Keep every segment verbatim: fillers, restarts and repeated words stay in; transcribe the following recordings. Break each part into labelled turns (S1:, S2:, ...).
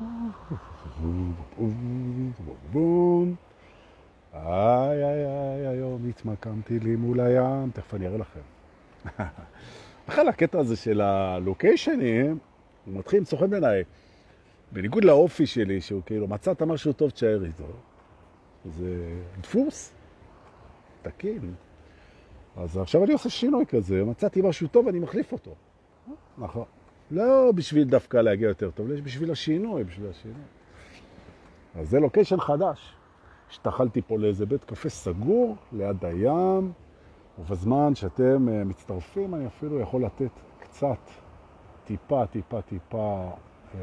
S1: איי, איי, איי, היום התמקמתי לי מול הים, תכף אני אראה לכם. בכלל, הקטע הזה של הלוקיישנים, הוא מתחיל עם סוכן בעיניי. בניגוד לאופי שלי, שהוא כאילו, מצאת משהו טוב תשאר איתו. זה דפוס, תקין. אז עכשיו אני עושה שינוי כזה, מצאתי משהו טוב, אני מחליף אותו. נכון. לא בשביל דווקא להגיע יותר טוב, לא בשביל השינוי, בשביל השינוי. אז זה לוקיישן חדש. השתחלתי פה לאיזה בית קפה סגור, ליד הים, ובזמן שאתם מצטרפים, אני אפילו יכול לתת קצת, טיפה, טיפה, טיפה, אה,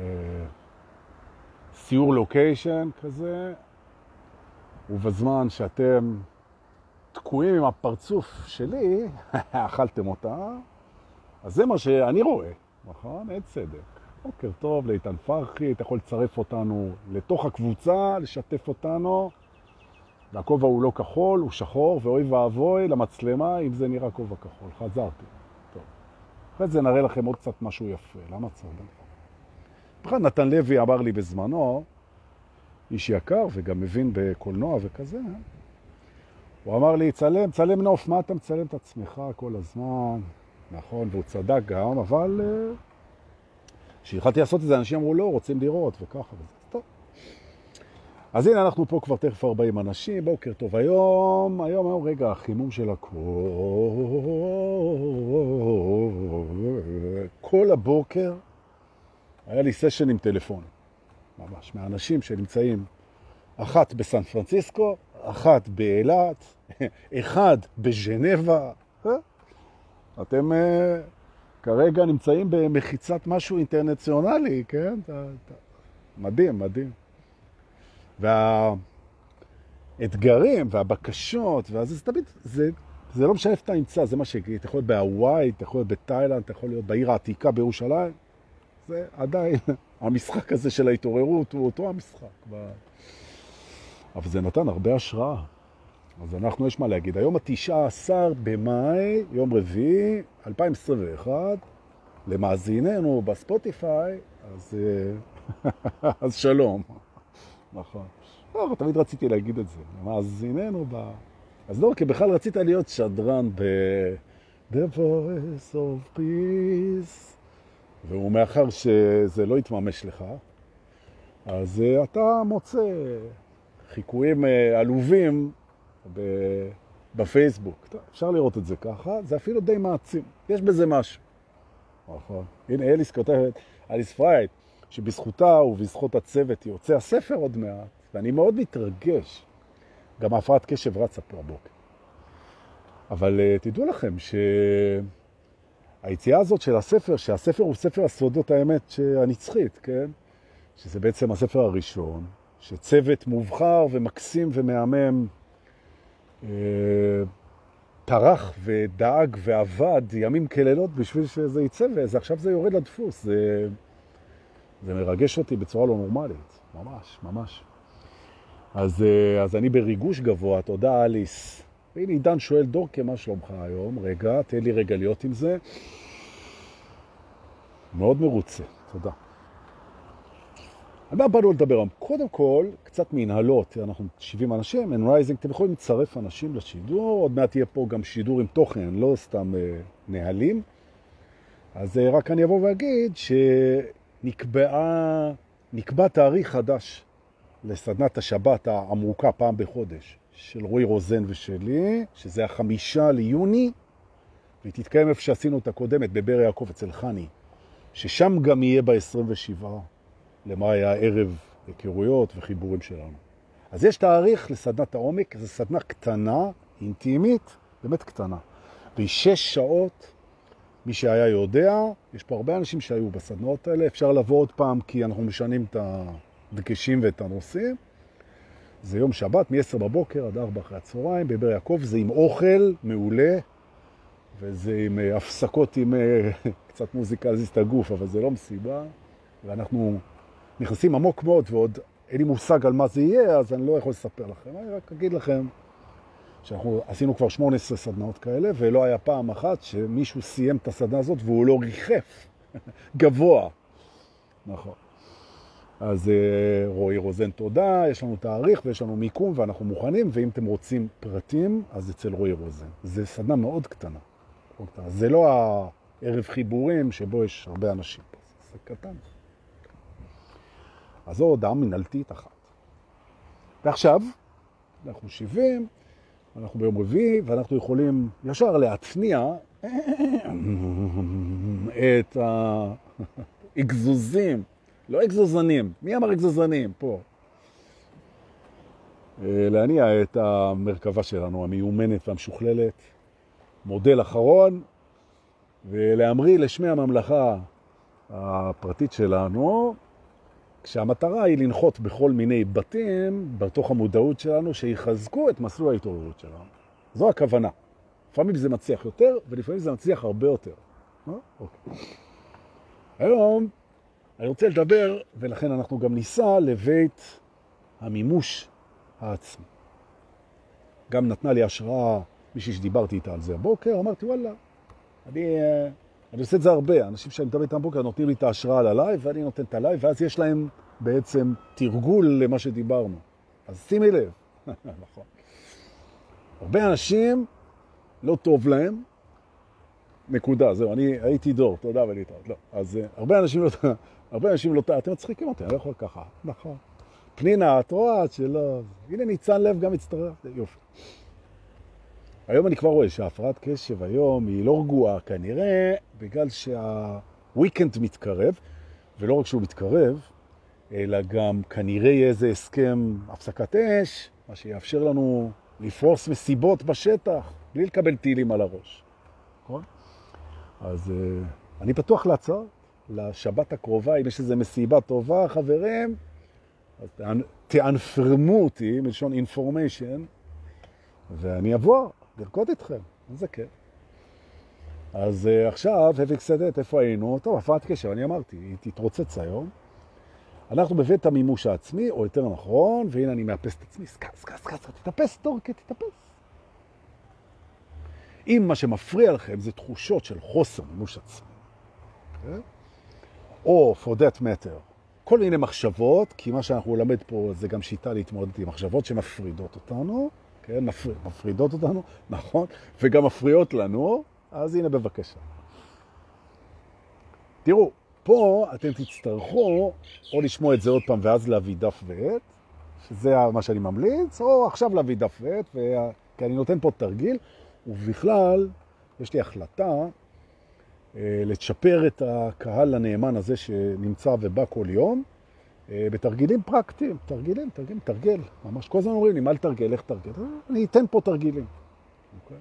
S1: סיור לוקיישן כזה, ובזמן שאתם תקועים עם הפרצוף שלי, אכלתם אותה, אז זה מה שאני רואה, נכון? אין צדק. בוקר טוב, לאיתן פרחי, אתה יכול לצרף אותנו לתוך הקבוצה, לשתף אותנו, והכובע הוא לא כחול, הוא שחור, ואוי ואבוי למצלמה, אם זה נראה כובע כחול. חזרתי. טוב. אחרי זה נראה לכם עוד קצת משהו יפה. למה צריך? בכלל, נתן לוי אמר לי בזמנו, איש יקר וגם מבין בקולנוע וכזה, הוא אמר לי, צלם, צלם נוף, מה אתה מצלם את עצמך כל הזמן? נכון, והוא צדק גם, אבל כשהתחלתי לעשות את זה, אנשים אמרו, לא, רוצים לראות וככה וזה. טוב. אז הנה אנחנו פה כבר תכף ארבעים אנשים, בוקר טוב היום, היום היום רגע החימום של הכל, כל הבוקר היה לי סשן עם טלפון, ממש, מהאנשים שנמצאים, אחת בסן פרנסיסקו, אחת באילת, אחד בז'נבה, אתם כרגע נמצאים במחיצת משהו אינטרנציונלי, כן? מדהים, מדהים. והאתגרים והבקשות, ואז תמיד, זה, זה לא משנה איפה אתה נמצא, זה מה שגיד, אתה יכול להיות בהוואי, אתה יכול להיות בתאילנד, אתה יכול להיות בעיר העתיקה בירושלים, זה עדיין, המשחק הזה של ההתעוררות הוא אותו המשחק. אבל זה נתן הרבה השראה. אז אנחנו, יש מה להגיד. היום ה-תשעה עשר במאי, יום רביעי, אלפיים עשרים ואחת, למאזיננו בספוטיפיי, אז, אז שלום. נכון. לא, תמיד רציתי להגיד את זה. למאזיננו ב... אז לא, כי בכלל רצית להיות שדרן ב... The Voice of Peace. והוא מאחר שזה לא יתממש לך, אז אתה מוצא חיקויים עלובים בפייסבוק. אפשר לראות את זה ככה, זה אפילו די מעצים. יש בזה משהו. נכון. הנה, אליס כותבת, אליס פרייט, שבזכותה ובזכות הצוות יוצא הספר עוד מעט, ואני מאוד מתרגש. גם ההפרעת קשב רצה פה הבוקר. אבל תדעו לכם שהיציאה הזאת של הספר, שהספר הוא ספר הסודות האמת הנצחית, כן? שזה בעצם הספר הראשון, שצוות מובחר ומקסים ומאמם טרח ודאג ועבד ימים כלילות בשביל שזה יצא, ועכשיו זה יורד לדפוס. זה, זה מרגש אותי בצורה לא נורמלית. ממש, ממש. אז, אז אני בריגוש גבוה, תודה אליס. והנה עידן שואל, דורקה, מה שלומך היום? רגע, תן לי רגע להיות עם זה. מאוד מרוצה, תודה. על מה באנו לדבר? קודם כל, קצת מנהלות, אנחנו שבעים אנשים, אין רייזינג, אתם יכולים לצרף אנשים לשידור, עוד מעט יהיה פה גם שידור עם תוכן, לא סתם אה, נהלים. אז אה, רק אני אבוא ואגיד שנקבע נקבע תאריך חדש לסדנת השבת העמוקה פעם בחודש, של רוי רוזן ושלי, שזה החמישה ליוני, והיא תתקיים איפה שעשינו את הקודמת, בבר יעקב אצל חני, ששם גם יהיה ב-עשרים ושבעה. למה היה ערב היכרויות וחיבורים שלנו. אז יש תאריך לסדנת העומק, זו סדנה קטנה, אינטימית, באמת קטנה. והיא שש שעות, מי שהיה יודע, יש פה הרבה אנשים שהיו בסדנות האלה, אפשר לבוא עוד פעם כי אנחנו משנים את הדגשים ואת הנושאים. זה יום שבת, מ-עשר בבוקר עד ארבע אחרי הצהריים, בבר יעקב, זה עם אוכל מעולה, וזה עם הפסקות עם קצת מוזיקה להזיז את הגוף, אבל זה לא מסיבה, ואנחנו נכנסים עמוק מאוד, ועוד אין לי מושג על מה זה יהיה, אז אני לא יכול לספר לכם. אני רק אגיד לכם שאנחנו עשינו כבר שמונה עשרה סדנאות כאלה, ולא היה פעם אחת שמישהו סיים את הסדנה הזאת והוא לא ריחף גבוה. נכון. אז uh, רועי רוזן תודה, יש לנו תאריך ויש לנו מיקום ואנחנו מוכנים, ואם אתם רוצים פרטים, אז אצל רועי רוזן. זה סדנה מאוד קטנה. מאוד קטנה. זה לא הערב חיבורים שבו יש הרבה אנשים פה, זה קטן. אז זו הודעה מנהלתית אחת. ועכשיו, אנחנו שבעים, אנחנו ביום רביעי, ואנחנו יכולים ישר להתניע את האגזוזים, לא אגזוזנים, מי אמר אגזוזנים? פה. להניע את המרכבה שלנו, המיומנת והמשוכללת, מודל אחרון, ולהמריא לשמי הממלכה הפרטית שלנו, כשהמטרה היא לנחות בכל מיני בתים בתוך המודעות שלנו שיחזקו את מסלול ההתעוררות שלנו. זו הכוונה. לפעמים זה מצליח יותר, ולפעמים זה מצליח הרבה יותר. אה? אוקיי. היום אני רוצה לדבר, ולכן אנחנו גם ניסע לבית המימוש העצמי. גם נתנה לי השראה מישהי שדיברתי איתה על זה הבוקר, אמרתי וואלה, אני, אני עושה את זה הרבה. אנשים שאני מדבר איתם בוקר נותנים לי את ההשראה על הלייב, ואני נותן את הלייב, ואז יש להם בעצם תרגול למה שדיברנו. אז שימי לב. נכון. הרבה אנשים לא טוב להם, נקודה, זהו, אני הייתי דור, תודה ולהתראות. לא, אז הרבה אנשים לא, הרבה אנשים לא, אתם מצחיקים אותי, אני לא יכול ככה. נכון. פנינה, את רואה שלא, הנה ניצן לב גם הצטרף, יופי. היום אני כבר רואה שההפרעת קשב היום היא לא רגועה כנראה, בגלל שהוויקנד מתקרב, ולא רק שהוא מתקרב, אלא גם כנראה יהיה איזה הסכם הפסקת אש, מה שיאפשר לנו לפרוס מסיבות בשטח, בלי לקבל טילים על הראש. נכון? אז אני פתוח להצעות, לשבת הקרובה, אם יש איזו מסיבה טובה, חברים, אז תאנפרמו אותי, מלשון information, ואני אבוא לרקוד איתכם, זה כן. אז עכשיו, הבק סדת, איפה היינו? טוב, הפרעת קשב, אני אמרתי, היא תתרוצץ היום. אנחנו בבית המימוש העצמי, או יותר נכון, והנה אני מאפס את עצמי, סקה, סקה, סקה, סקה, תתאפס, תורקה, תתאפס. אם מה שמפריע לכם זה תחושות של חוסר מימוש עצמי, okay? או for that matter, כל מיני מחשבות, כי מה שאנחנו למד פה זה גם שיטה להתמודד עם מחשבות שמפרידות אותנו, כן, מפריד, מפרידות אותנו, נכון, וגם מפריעות לנו, אז הנה בבקשה. תראו, פה אתם תצטרכו או לשמוע את זה עוד פעם ואז להביא דף ועט, שזה מה שאני ממליץ, או עכשיו להביא דף ועט, ו... כי אני נותן פה תרגיל, ובכלל יש לי החלטה אה, לצ'פר את הקהל הנאמן הזה שנמצא ובא כל יום, אה, בתרגילים פרקטיים, תרגילים, תרגילים, תרגל, ממש כל הזמן אומרים לי, מה לתרגל, איך תרגל? אני אתן פה תרגילים. אוקיי?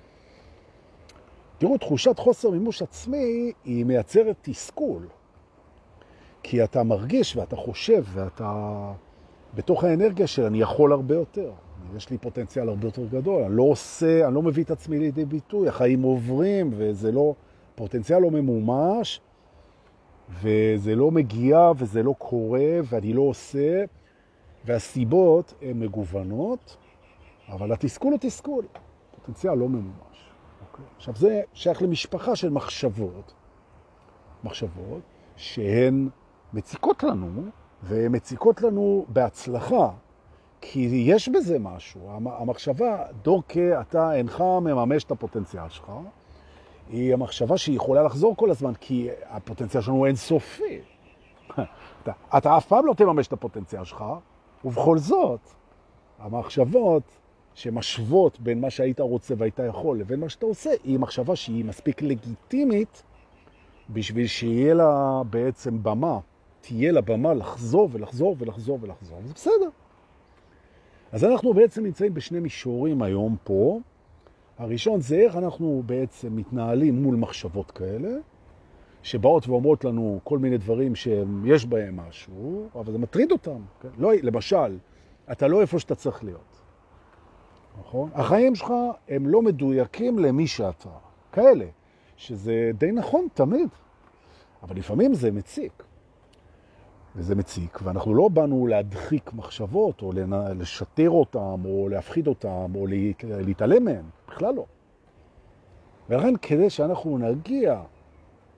S1: תראו, תחושת חוסר מימוש עצמי היא מייצרת תסכול, כי אתה מרגיש ואתה חושב ואתה בתוך האנרגיה של אני יכול הרבה יותר. יש לי פוטנציאל הרבה יותר גדול, אני לא עושה, אני לא מביא את עצמי לידי ביטוי, החיים עוברים וזה לא, פוטנציאל לא ממומש, וזה לא מגיע וזה לא קורה ואני לא עושה, והסיבות הן מגוונות, אבל התסכול הוא תסכול, פוטנציאל לא ממומש. אוקיי? עכשיו זה שייך למשפחה של מחשבות, מחשבות שהן מציקות לנו, והן מציקות לנו בהצלחה, כי יש בזה משהו. המחשבה, דורקה, אתה אינך מממש את הפוטנציאל שלך, היא המחשבה שהיא יכולה לחזור כל הזמן, כי הפוטנציאל שלנו אינסופי. אתה, אתה אף פעם לא תממש את הפוטנציאל שלך, ובכל זאת, המחשבות שמשוות בין מה שהיית רוצה והיית יכול לבין מה שאתה עושה, היא מחשבה שהיא מספיק לגיטימית, בשביל שיהיה לה בעצם במה, תהיה לה במה לחזור ולחזור ולחזור ולחזור. זה בסדר. אז אנחנו בעצם נמצאים בשני מישורים היום פה. הראשון זה איך אנחנו בעצם מתנהלים מול מחשבות כאלה, שבאות ואומרות לנו כל מיני דברים שיש בהם משהו, אבל זה מטריד אותם. כן? לא, למשל, אתה לא איפה שאתה צריך להיות. נכון? החיים שלך הם לא מדויקים למי שאתה. כאלה, שזה די נכון תמיד. אבל לפעמים זה מציק. וזה מציק, ואנחנו לא באנו להדחיק מחשבות, או לשטר אותם, או להפחיד אותם, או להתעלם מהם. בכלל לא. ולכן כדי שאנחנו נגיע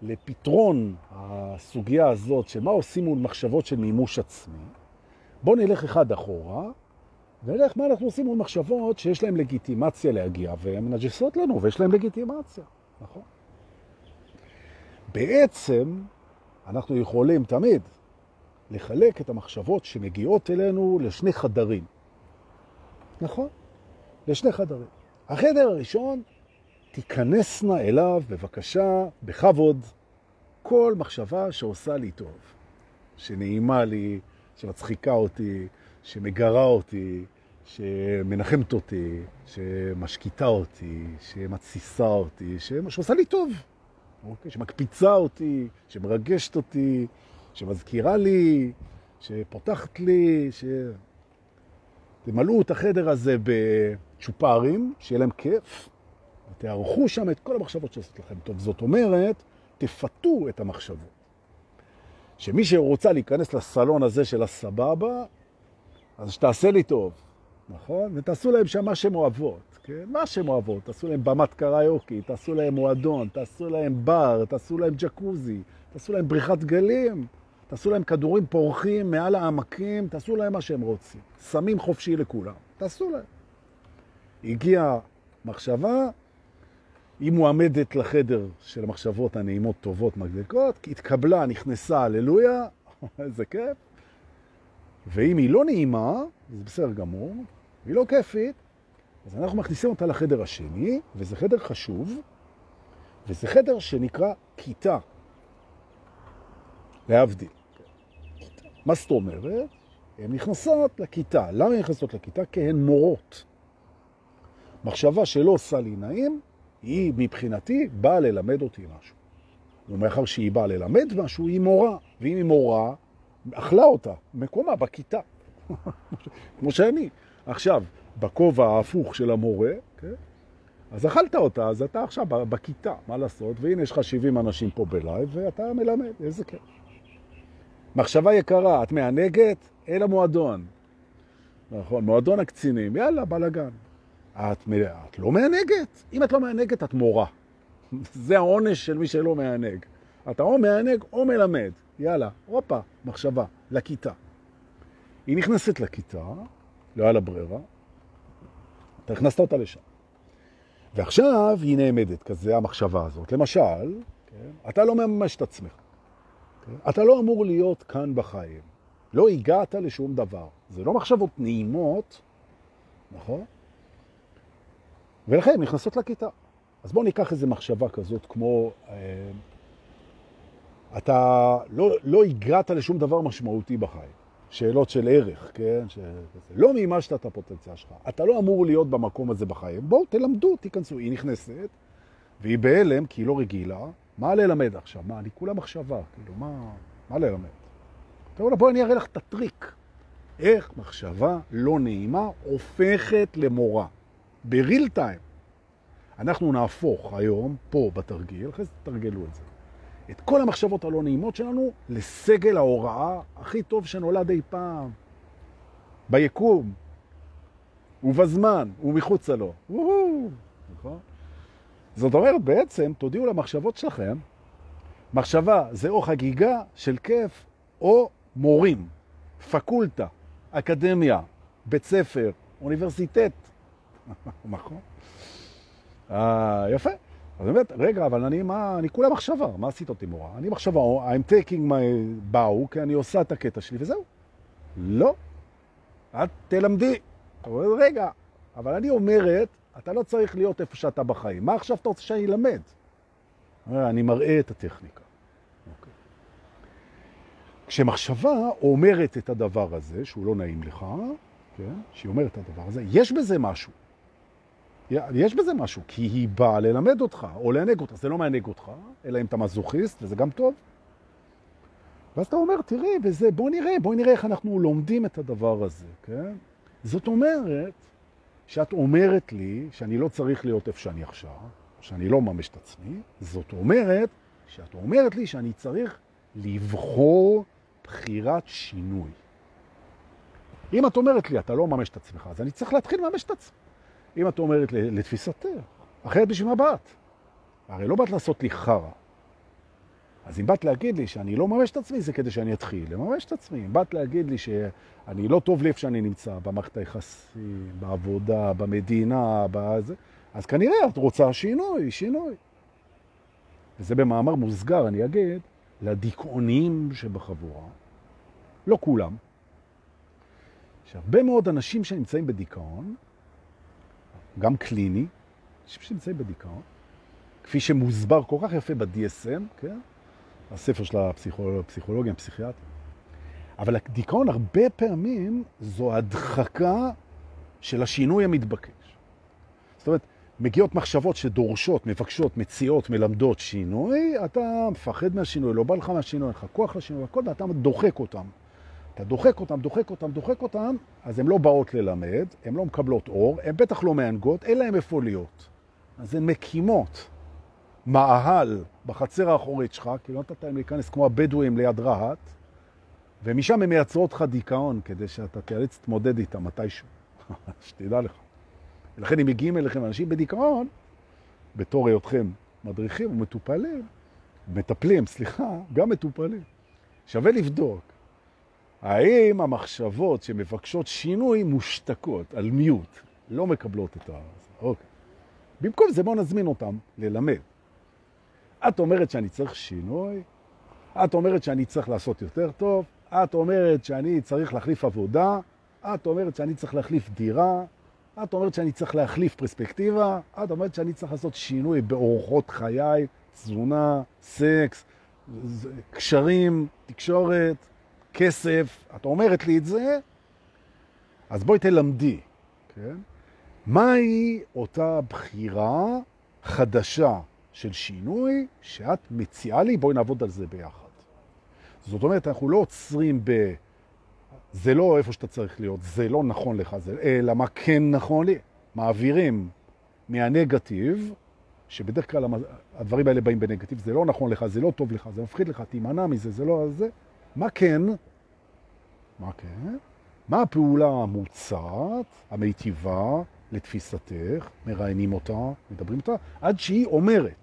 S1: לפתרון הסוגיה הזאת של מה עושים מול מחשבות של מימוש עצמי, בוא נלך אחד אחורה, ונלך מה אנחנו עושים מול מחשבות שיש להם לגיטימציה להגיע, והן מנג'סות לנו, ויש להם לגיטימציה, נכון? בעצם אנחנו יכולים תמיד לחלק את המחשבות שמגיעות אלינו לשני חדרים. נכון? לשני חדרים. החדר הראשון, תיכנסנה אליו בבקשה, בכבוד, כל מחשבה שעושה לי טוב, שנעימה לי, שמצחיקה אותי, שמגרה אותי, שמנחמת אותי, שמשקיטה אותי, שמתסיסה אותי, שעושה לי טוב, אוקיי? שמקפיצה אותי, שמרגשת אותי, שמזכירה לי, שפותחת לי, ש... תמלאו את החדר הזה בצ'ופרים, שיהיה להם כיף, ותערכו שם את כל המחשבות שעושות לכם טוב. זאת אומרת, תפתו את המחשבות. שמי שרוצה להיכנס לסלון הזה של הסבבה, אז שתעשה לי טוב, נכון? ותעשו להם שם מה שהם אוהבות, כן? מה שהם אוהבות. תעשו להם במת קריוקי, תעשו להם מועדון, תעשו להם בר, תעשו להם ג'קוזי, תעשו להם בריחת גלים, תעשו להם כדורים פורחים מעל העמקים, תעשו להם מה שהם רוצים. סמים חופשי לכולם, תעשו להם. הגיעה מחשבה, היא מועמדת לחדר של המחשבות הנעימות טובות מדליקות, התקבלה, נכנסה, הללויה, איזה כיף. ואם היא לא נעימה, זה בסדר גמור, והיא לא כיפית, אז אנחנו מכניסים אותה לחדר השני, וזה חדר חשוב, וזה חדר שנקרא כיתה. להבדיל. מה זאת אומרת? הן נכנסות לכיתה. למה הן נכנסות לכיתה? כי הן מורות. מחשבה שלא עושה לי נעים, היא מבחינתי באה ללמד אותי משהו. ומאחר שהיא באה ללמד משהו, היא מורה. ואם היא מורה, אכלה אותה, מקומה, בכיתה. כמו שאני. עכשיו, בכובע ההפוך של המורה, כן? אז אכלת אותה, אז אתה עכשיו בכיתה, מה לעשות? והנה יש לך שבעים אנשים פה בלייב, ואתה מלמד, איזה כיף. מחשבה יקרה, את מענגת? אל המועדון. נכון, מועדון הקצינים, יאללה, בלגן. את, את לא מענגת? אם את לא מענגת, את מורה. זה העונש של מי שלא מענג. אתה או מענג או מלמד. יאללה, הופה, מחשבה, לכיתה. היא נכנסת לכיתה, לא היה לה ברירה, אתה הכנסת אותה לשם. ועכשיו היא נעמדת, כזה המחשבה הזאת. למשל, כן, אתה לא מממש את עצמך. כן? אתה לא אמור להיות כאן בחיים. לא הגעת לשום דבר. זה לא מחשבות נעימות, נכון? ולכן הן נכנסות לכיתה. אז בואו ניקח איזו מחשבה כזאת כמו, אה, אתה לא, לא הגעת לשום דבר משמעותי בחיים. שאלות של ערך, כן? ש... לא מימשת את הפוטנציאל שלך. אתה לא אמור להיות במקום הזה בחיים. בואו, תלמדו, תיכנסו. היא נכנסת, והיא בהלם, כי היא לא רגילה. מה ללמד עכשיו? מה? אני כולה מחשבה. כאילו, מה, מה ללמד? תראו לה, בואו אני אראה לך את הטריק. איך מחשבה לא נעימה הופכת למורה. בריל טיים. אנחנו נהפוך היום, פה בתרגיל, אחרי זה תרגלו את זה. את כל המחשבות הלא נעימות שלנו לסגל ההוראה הכי טוב שנולד אי פעם. ביקום, ובזמן, ומחוץ לו. נכון? זאת אומרת, בעצם, תודיעו למחשבות שלכם, מחשבה זה או חגיגה של כיף, או מורים, פקולטה, אקדמיה, בית ספר, אוניברסיטט. נכון? אה, יפה. אז באמת, רגע, אבל אני, מה, אני כולה מחשבה, מה עשית אותי מורה? אני מחשבה, I'm taking my bow, כי אני עושה את הקטע שלי, וזהו. לא. את תלמדי. רגע, אבל אני אומרת, אתה לא צריך להיות איפה שאתה בחיים. מה עכשיו אתה רוצה שאני אלמד? אני מראה את הטכניקה. אוקיי. כשמחשבה אומרת את הדבר הזה, שהוא לא נעים לך, כן? שהיא אומרת את הדבר הזה, יש בזה משהו. יש בזה משהו, כי היא באה ללמד אותך, או לענג אותך. זה לא מענג אותך, אלא אם אתה מזוכיסט, וזה גם טוב. ואז אתה אומר, תראי, וזה, בוא נראה, בוא נראה איך אנחנו לומדים את הדבר הזה, כן? זאת אומרת, שאת אומרת לי שאני לא צריך להיות איפה שאני עכשיו, שאני לא ממש את עצמי, זאת אומרת, שאת אומרת לי שאני צריך לבחור בחירת שינוי. אם את אומרת לי, אתה לא ממש את עצמך, אז אני צריך להתחיל ממש את עצמי. אם את אומרת לתפיסתך, אחרת בשביל מה באת? הרי לא באת לעשות לי חרה. אז אם באת להגיד לי שאני לא ממש את עצמי, זה כדי שאני אתחיל לממש את עצמי. אם באת להגיד לי שאני לא טוב לי איפה שאני נמצא, במערכת היחסים, בעבודה, במדינה, בזה, אז כנראה את רוצה שינוי, שינוי. וזה במאמר מוסגר, אני אגיד, לדיכאונים שבחבורה. לא כולם. שהרבה מאוד אנשים שנמצאים בדיכאון, גם קליני, שנמצאים בדיכאון, כפי שמוסבר כל כך יפה ב-די אס אם, כן? הספר של הפסיכולוגיה, הפסיכיאטריה. אבל הדיכאון הרבה פעמים זו הדחקה של השינוי המתבקש. זאת אומרת, מגיעות מחשבות שדורשות, מבקשות, מציעות, מלמדות שינוי, אתה מפחד מהשינוי, לא בא לך מהשינוי, לך כוח לשינוי, הכל, ואתה דוחק אותם. אתה דוחק אותם, דוחק אותם, דוחק אותם, אז הן לא באות ללמד, הן לא מקבלות אור, הן בטח לא מענגות, אין להן איפה להיות. אז הן מקימות מאהל בחצר האחורית שלך, כי לא נתת להם להיכנס כמו הבדואים ליד רהט, ומשם הם מייצרות לך דיכאון, כדי שאתה תיאלץ תתמודד איתם מתישהו. שתדע לך. ולכן אם מגיעים אליכם אנשים בדיכאון, בתור היותכם מדריכים ומטופלים, מטפלים, סליחה, גם מטופלים. שווה לבדוק. האם המחשבות שמבקשות שינוי מושתקות, על מיוט, לא מקבלות את ה... אוקיי. במקום זה בואו נזמין אותם ללמד. את אומרת שאני צריך שינוי, את אומרת שאני צריך לעשות יותר טוב, את אומרת שאני צריך להחליף עבודה, את אומרת שאני צריך להחליף דירה, את אומרת שאני צריך להחליף פרספקטיבה, את אומרת שאני צריך לעשות שינוי באורחות חיי, תזונה, סקס, קשרים, תקשורת, כסף. את אומרת לי את זה, אז בואי תלמדי, כן? מהי אותה בחירה חדשה של שינוי שאת מציעה לי? בואי נעבוד על זה ביחד. זאת אומרת, אנחנו לא עוצרים ב... זה לא איפה שאתה צריך להיות, זה לא נכון לך, זה... אלא מה כן נכון לי. מעבירים מהנגטיב, שבדרך כלל הדברים האלה באים בנגטיב, זה לא נכון לך, זה לא טוב לך, זה מפחיד לך, תימנע מזה, זה לא זה. מה כן? מה כן? מה הפעולה המוצעת, המיטיבה, לתפיסתך, מראיינים אותה, מדברים אותה, עד שהיא אומרת.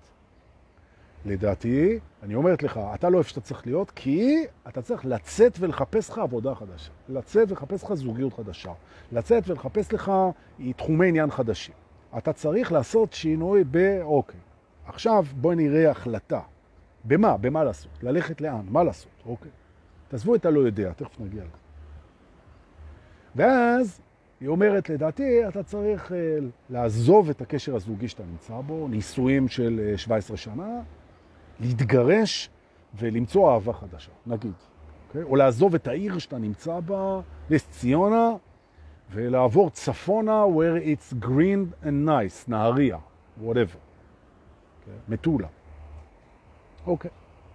S1: לדעתי, אני אומרת לך, אתה לא איפה שאתה צריך להיות, כי אתה צריך לצאת ולחפש לך עבודה חדשה. לצאת ולחפש לך זוגיות חדשה. לצאת ולחפש לך תחומי עניין חדשים. אתה צריך לעשות שינוי באוקיי. עכשיו בואי נראה החלטה. במה? במה לעשות? ללכת לאן? מה לעשות? אוקיי. תעזבו את הלא יודע, תכף נגיע לך. ואז היא אומרת, לדעתי, אתה צריך לעזוב את הקשר הזוגי שאתה נמצא בו, נישואים של שבע עשרה שנה, להתגרש ולמצוא אהבה חדשה, נגיד. Okay? או לעזוב את העיר שאתה נמצא בה, נס ציונה, ולעבור צפונה, where it's green and nice, נהריה, whatever. Okay? מטולה. אוקיי. Okay.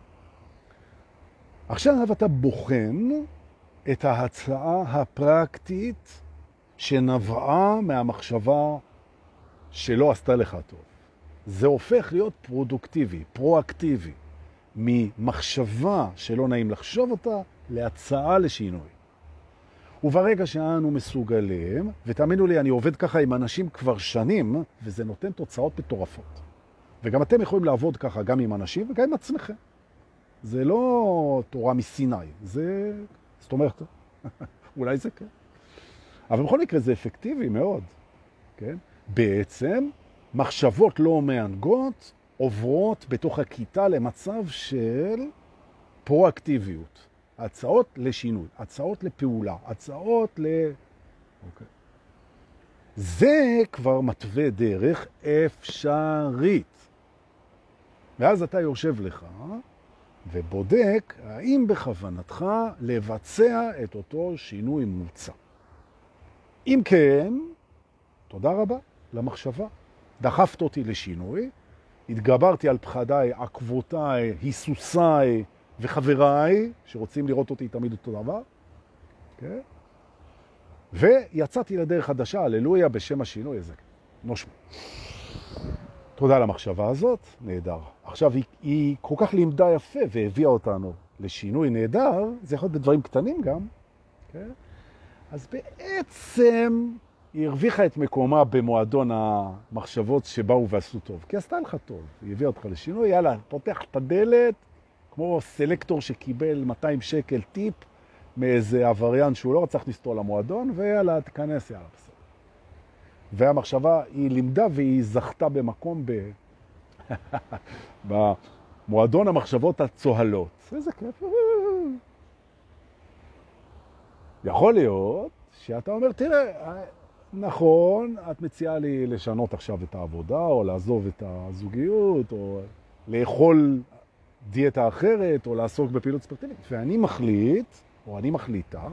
S1: עכשיו אתה בוחן את ההצעה הפרקטית שנבעה מהמחשבה שלא עשתה לך טוב. זה הופך להיות פרודוקטיבי, פרואקטיבי, ממחשבה שלא נעים לחשוב אותה להצעה לשינוי. וברגע שאנו מסוגלים, ותאמינו לי, אני עובד ככה עם אנשים כבר שנים, וזה נותן תוצאות מטורפות. וגם אתם יכולים לעבוד ככה גם עם אנשים וגם עם עצמכם. זה לא תורה מסיני, זה... זאת אומרת, אולי זה כן. אבל בכל מקרה זה אפקטיבי מאוד, כן? בעצם מחשבות לא מענגות עוברות בתוך הכיתה למצב של פרואקטיביות. הצעות לשינוי, הצעות לפעולה, הצעות ל... אוקיי. זה כבר מתווה דרך אפשרית. ואז אתה יושב לך ובודק האם בכוונתך לבצע את אותו שינוי מוצע. אם כן, תודה רבה למחשבה. דחפת אותי לשינוי, התגברתי על פחדיי, עקבותיי, היסוסיי וחבריי, שרוצים לראות אותי תמיד אותו דבר, okay? ויצאתי לדרך חדשה, הללויה, בשם השינוי הזה. נושמע. תודה למחשבה הזאת, נהדר. עכשיו, היא, היא כל כך לימדה יפה והביאה אותנו לשינוי נהדר, זה יכול להיות בדברים קטנים גם, okay? אז בעצם היא הרוויחה את מקומה במועדון המחשבות שבאו ועשו טוב, כי עשתה לך טוב, היא הביאה אותך לשינוי, יאללה, פותח את הדלת, כמו סלקטור שקיבל מאתיים שקל טיפ מאיזה עבריין שהוא לא רצח לסתור למועדון, ויאללה, תיכנס, יאללה, בסדר. והמחשבה היא לימדה והיא זכתה במקום ב... במועדון המחשבות הצוהלות. איזה כיף. יכול להיות שאתה אומר, תראה, נכון, את מציעה לי לשנות עכשיו את העבודה, או לעזוב את הזוגיות, או לאכול דיאטה אחרת, או לעסוק בפעילות ספורטיבית, ואני מחליט, או אני מחליטה,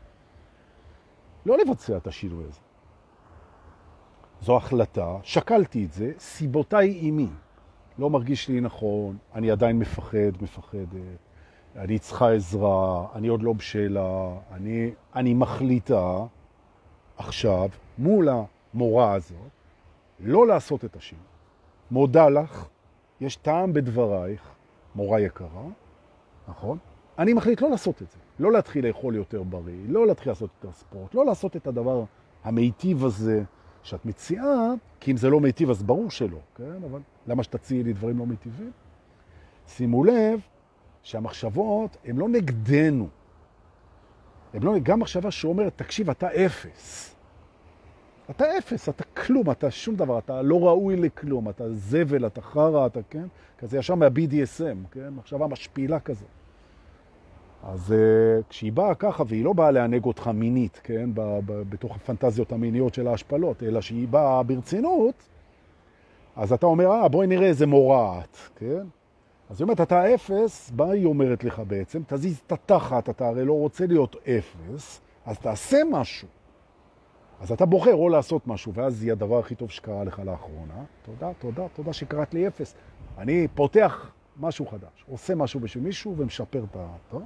S1: לא לבצע את השינוי הזה. זו החלטה, שקלתי את זה, סיבותיי עימי. לא מרגיש לי נכון, אני עדיין מפחד, מפחדת, אני צריכה עזרה, אני עוד לא בשאלה, אני, אני מחליטה עכשיו, מול המורה הזאת, לא לעשות את השינוי. מודה לך, יש טעם בדברייך, מורה יקרה, נכון? אני מחליט לא לעשות את זה. לא להתחיל לאכול יותר בריא, לא להתחיל לעשות יותר ספורט, לא לעשות את הדבר המיטיב הזה שאת מציעה, כי אם זה לא מיטיב אז ברור שלא, כן? אבל למה שתציעי לי דברים לא מיטיבים? שימו לב שהמחשבות הן לא נגדנו. הן לא, גם מחשבה שאומרת, תקשיב, אתה אפס. אתה אפס, אתה כלום, אתה שום דבר, אתה לא ראוי לכלום, אתה זבל, אתה חרה, אתה, כן? כזה ישר מה-בי די אס אם, כן? מחשבה משפילה כזאת. אז uh, כשהיא באה ככה, והיא לא באה להנהג אותך מינית, כן? ב- ב- בתוך הפנטזיות המיניות של ההשפלות, אלא שהיא באה ברצינות, אז אתה אומר, אה, בואי נראה איזה מוראת, כן? אז היא אומרת, אתה אפס, באה היא אומרת לך בעצם, תזיז את התחת, אתה הרי לא רוצה להיות אפס, אז תעשה משהו. אז אתה בוחר או לעשות משהו, ואז יהיה הדבר הכי טוב שקרה לך לאחרונה. תודה, תודה, תודה שקראת לי אפס. אני פותח משהו חדש, עושה משהו בשביל מישהו ומשפר את האתו.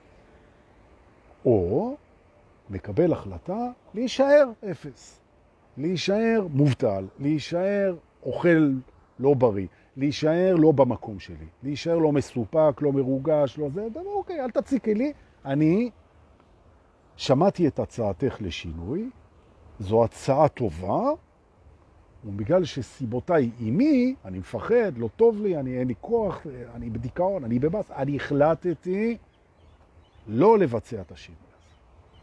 S1: או מקבל החלטה להישאר אפס. להישאר מובטל, להישאר אוכל לא בריא, להישאר לא במקום שלי, להישאר לא מסופק, לא מרוגש, לא זה, דבר אוקיי, אל תציקי לי. אני שמעתי את הצעתך לשינוי, זו הצעה טובה, ובגלל שסיבותיי עימי, אני מפחד, לא טוב לי, אני אין לי כוח, אני בדיכאון, אני בבאס, אני החלטתי לא לבצע את השינוי הזה.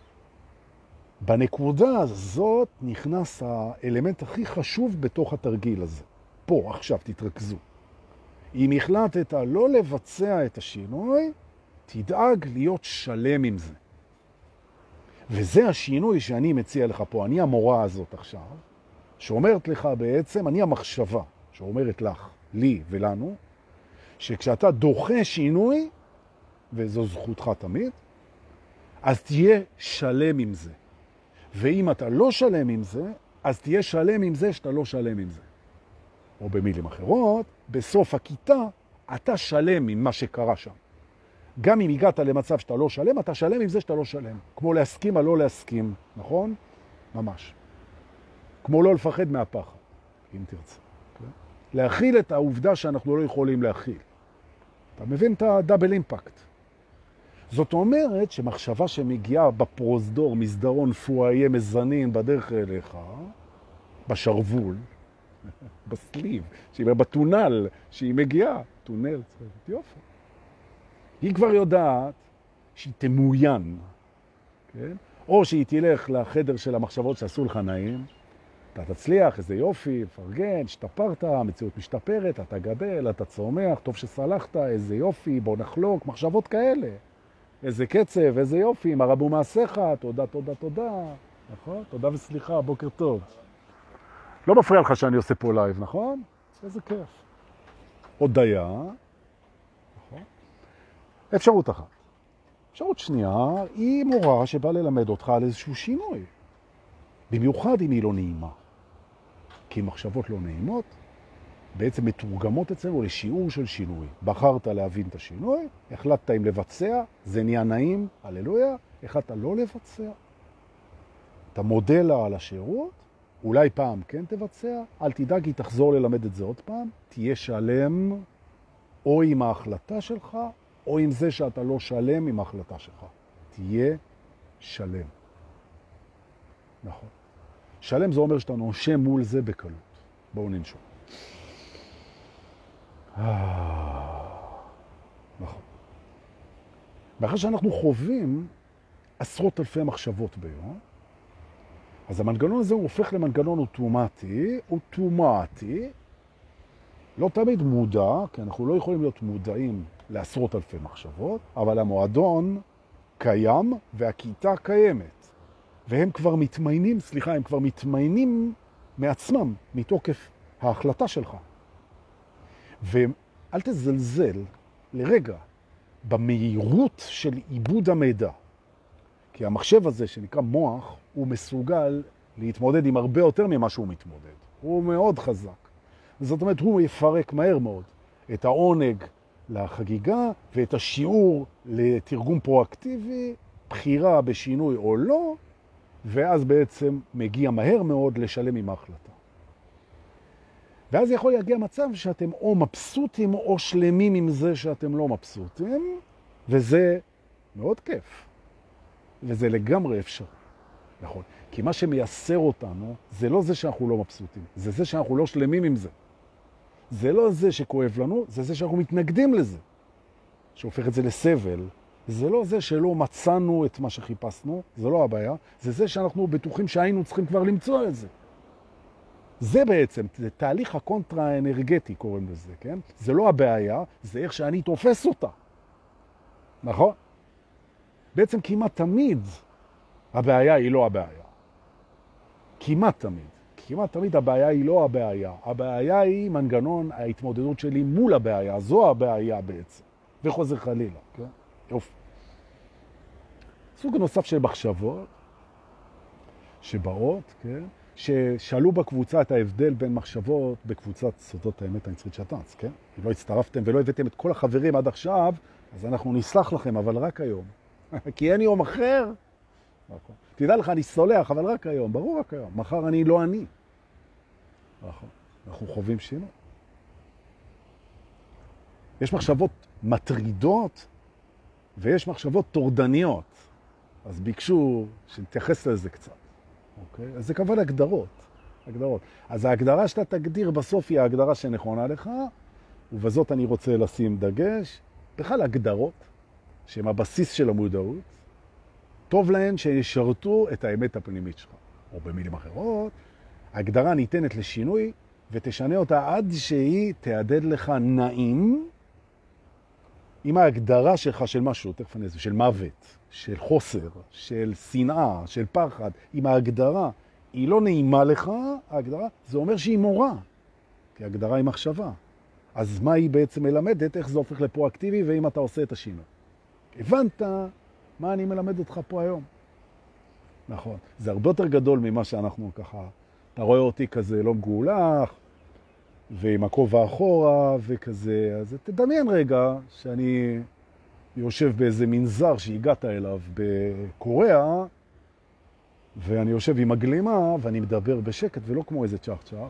S1: בנקודה הזאת נכנס האלמנט הכי חשוב בתוך התרגיל הזה. פה, עכשיו, תתרכזו. אם החלטת לא לבצע את השינוי, תדאג להיות שלם עם זה. וזה השינוי שאני מציע לך פה, אני המורה הזאת עכשיו, שאומרת לך בעצם, אני המחשבה, שאומרת לך, לי ולנו, שכשאתה דוחה שינוי, וזו זכותך תמיד, אז תהיה שלם עם זה. ואם אתה לא שלם עם זה, אז תהיה שלם עם זה שאתה לא שלם עם זה. או במילים אחרות, בסוף הכיתה, אתה שלם עם מה שקרה שם. גם אם הגעת למצב שאתה לא שלם, אתה שלם עם זה שאתה לא שלם. כמו להסכים על לא להסכים, נכון? ממש. כמו לא לפחד מהפחד, אם תרצה. Okay? להכיל את העובדה שאנחנו לא יכולים להכיל. אתה מבין את הדאבל אימפקט. זאת אומרת שמחשבה שמגיעה בפרוזדור, מסדרון פואיה מזנין בדרך אליך, בשרבול, בסליב, שהיא בטונל, שהיא מגיעה, טונל, יופי. היא כבר יודעת שהיא תמוין, כן? או שהיא תלך לחדר של המחשבות שעשו לך נעים, אתה תצליח, איזה יופי, פרגן, השתפרת, המציאות משתפרת, אתה גדל, אתה צומח, טוב שסלחת, איזה יופי, בוא נחלוק, מחשבות כאלה. איזה קצב, איזה יופי, מה רבו מעשיך, תודה, תודה, תודה, נכון? תודה וסליחה, בוקר טוב. לא מפריע לך שאני עושה פה לייב, נכון? איזה כיף. הודיה, נכון? אפשרות אחת. אפשרות שנייה היא מורה שבאה ללמד אותך על איזשהו שינוי. במיוחד אם היא לא נעימה. כי מחשבות לא נעימות בעצם מתורגמות אצלנו לשיעור של שינוי. בחרת להבין את השינוי, החלטת אם לבצע, זה נהיה נעים, הללויה, החלטת לא לבצע. אתה מודה לה על השירות, אולי פעם כן תבצע, אל תדאג, היא תחזור ללמד את זה עוד פעם, תהיה שלם או עם ההחלטה שלך, או עם זה שאתה לא שלם עם ההחלטה שלך. תהיה שלם. נכון. שלם זה אומר שאתה נושם מול זה בקלות. בואו ננשום. נכון. ואחרי שאנחנו חווים עשרות אלפי מחשבות ביום, אז המנגנון הזה הוא הופך למנגנון אוטומטי, אוטומטי, לא תמיד מודע, כי אנחנו לא יכולים להיות מודעים לעשרות אלפי מחשבות, אבל המועדון קיים והכיתה קיימת. והם כבר מתמיינים, סליחה, הם כבר מתמיינים מעצמם, מתוקף ההחלטה שלך. ואל תזלזל לרגע במהירות של עיבוד המידע. כי המחשב הזה שנקרא מוח, הוא מסוגל להתמודד עם הרבה יותר ממה שהוא מתמודד. הוא מאוד חזק. זאת אומרת, הוא יפרק מהר מאוד את העונג לחגיגה ואת השיעור לתרגום פרואקטיבי, בחירה בשינוי או לא, ואז בעצם מגיע מהר מאוד לשלם עם ההחלטה. ואז יכול להגיע מצב שאתם או מבסוטים או שלמים עם זה שאתם לא מבסוטים, וזה מאוד כיף. וזה לגמרי אפשר. נכון. כי מה שמייסר אותנו, זה לא זה שאנחנו לא מבסוטים, זה זה שאנחנו לא שלמים עם זה. זה לא זה שכואב לנו, זה זה שאנחנו מתנגדים לזה. שהופך את זה לסבל. זה לא זה שלא מצאנו את מה שחיפשנו, זה לא הבעיה, זה זה שאנחנו בטוחים שהיינו צריכים כבר למצוא את זה. זה בעצם, זה תהליך הקונטרה האנרגטי קוראים לזה, כן? זה לא הבעיה, זה איך שאני תופס אותה. נכון? בעצם כמעט תמיד הבעיה היא לא הבעיה. כמעט תמיד. כמעט תמיד הבעיה היא לא הבעיה. הבעיה היא מנגנון ההתמודדות שלי מול הבעיה. זו הבעיה בעצם. וחוזר חלילה, כן? יופי. סוג נוסף של מחשבות שבאות, כן? ששאלו בקבוצה את ההבדל בין מחשבות בקבוצת סודות האמת הנצחית שת"צ, כן? אם לא הצטרפתם ולא הבאתם את כל החברים עד עכשיו, אז אנחנו נסלח לכם, אבל רק היום. כי אין יום אחר. נכון. תדע לך, אני סולח, אבל רק היום. ברור רק היום. מחר אני לא אני. נכון. אנחנו חווים שינוי. יש מחשבות מטרידות, ויש מחשבות תורדניות. אז ביקשו שנתייחס לזה קצת. אוקיי? אז זה כמובן הגדרות. הגדרות. אז ההגדרה שאתה תגדיר בסוף היא ההגדרה שנכונה לך, ובזאת אני רוצה לשים דגש. בכלל הגדרות, שהן הבסיס של המודעות, טוב להן שישרתו את האמת הפנימית שלך. או במילים אחרות, ההגדרה ניתנת לשינוי, ותשנה אותה עד שהיא תעדד לך נעים, עם ההגדרה שלך של משהו, תכף אני אעשה, של מוות, של חוסר, של שנאה, של פחד, עם ההגדרה, היא לא נעימה לך, ההגדרה, זה אומר שהיא מורה, כי ההגדרה היא מחשבה. אז מה היא בעצם מלמדת? איך זה הופך לפרואקטיבי, ואם אתה עושה את השינוי. הבנת מה אני מלמד אותך פה היום? נכון. זה הרבה יותר גדול ממה שאנחנו ככה, אתה רואה אותי כזה לא מגולח, ועם הכובע אחורה וכזה, אז תדמיין רגע שאני יושב באיזה מנזר שהגעת אליו בקוריאה, ואני יושב עם הגלימה ואני מדבר בשקט ולא כמו איזה צ'ח צ'ח,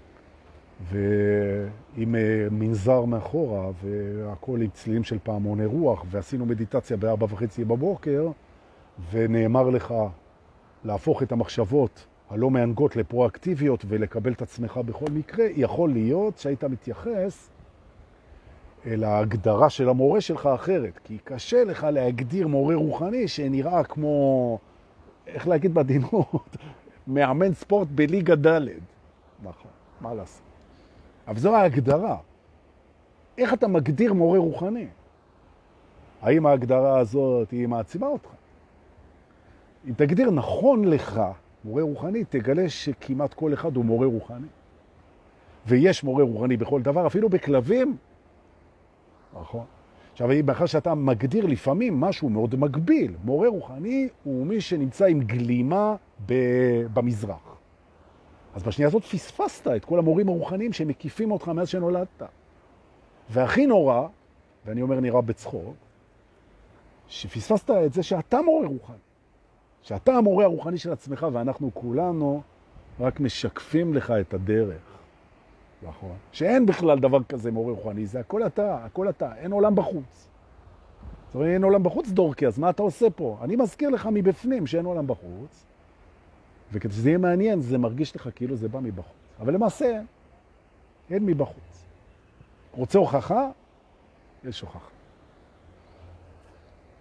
S1: ועם מנזר מאחורה והכל עם צלילים של פעמוני רוח, ועשינו מדיטציה בארבע וחצי בבוקר, ונאמר לך להפוך את המחשבות הלא מענגות לפרואקטיביות ולקבל את עצמך בכל מקרה, יכול להיות שהיית מתייחס אל ההגדרה של המורה שלך אחרת, כי קשה לך להגדיר מורה רוחני שנראה כמו, איך להגיד בדינות, מאמן ספורט בליגה ד'. נכון, מה לעשות? אבל זו ההגדרה. איך אתה מגדיר מורה רוחני? האם ההגדרה הזאת היא מעצימה אותך? אם תגדיר נכון לך מורה רוחני, תגלה שכמעט כל אחד הוא מורה רוחני. ויש מורה רוחני בכל דבר, אפילו בכלבים. נכון. עכשיו, מאחר שאתה מגדיר לפעמים משהו מאוד מגביל, מורה רוחני הוא מי שנמצא עם גלימה במזרח. אז בשנייה הזאת פספסת את כל המורים הרוחניים שמקיפים אותך מאז שנולדת. והכי נורא, ואני אומר נראה בצחוק, שפספסת את זה שאתה מורה רוחני. שאתה המורה הרוחני של עצמך, ואנחנו כולנו רק משקפים לך את הדרך. נכון. שאין בכלל דבר כזה מורה רוחני, זה הכל אתה, הכל אתה, אין עולם בחוץ. זאת אומרת, אין עולם בחוץ דורקי, אז מה אתה עושה פה? אני מזכיר לך מבפנים שאין עולם בחוץ, וכדי שזה יהיה מעניין, זה מרגיש לך כאילו זה בא מבחוץ. אבל למעשה, אין מבחוץ. רוצה הוכחה? יש הוכחה.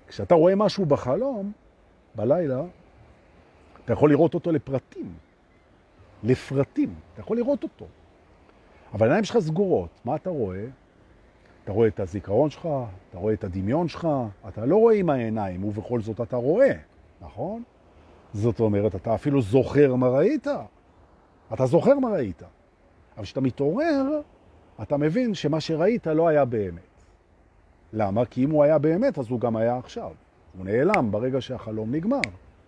S1: כשאתה רואה משהו בחלום, בלילה, אתה יכול לראות אותו לפרטים, לפרטים, אתה יכול לראות אותו. אבל העיניים שלך סגורות, מה אתה רואה? אתה רואה את הזיכרון שלך, אתה רואה את הדמיון שלך, אתה לא רואה עם העיניים, ובכל זאת אתה רואה, נכון? זאת אומרת, אתה אפילו זוכר מה ראית. אתה זוכר מה ראית. אבל כשאתה מתעורר, אתה מבין שמה שראית לא היה באמת. למה? כי אם הוא היה באמת, אז הוא גם היה עכשיו. הוא נעלם ברגע שהחלום נגמר.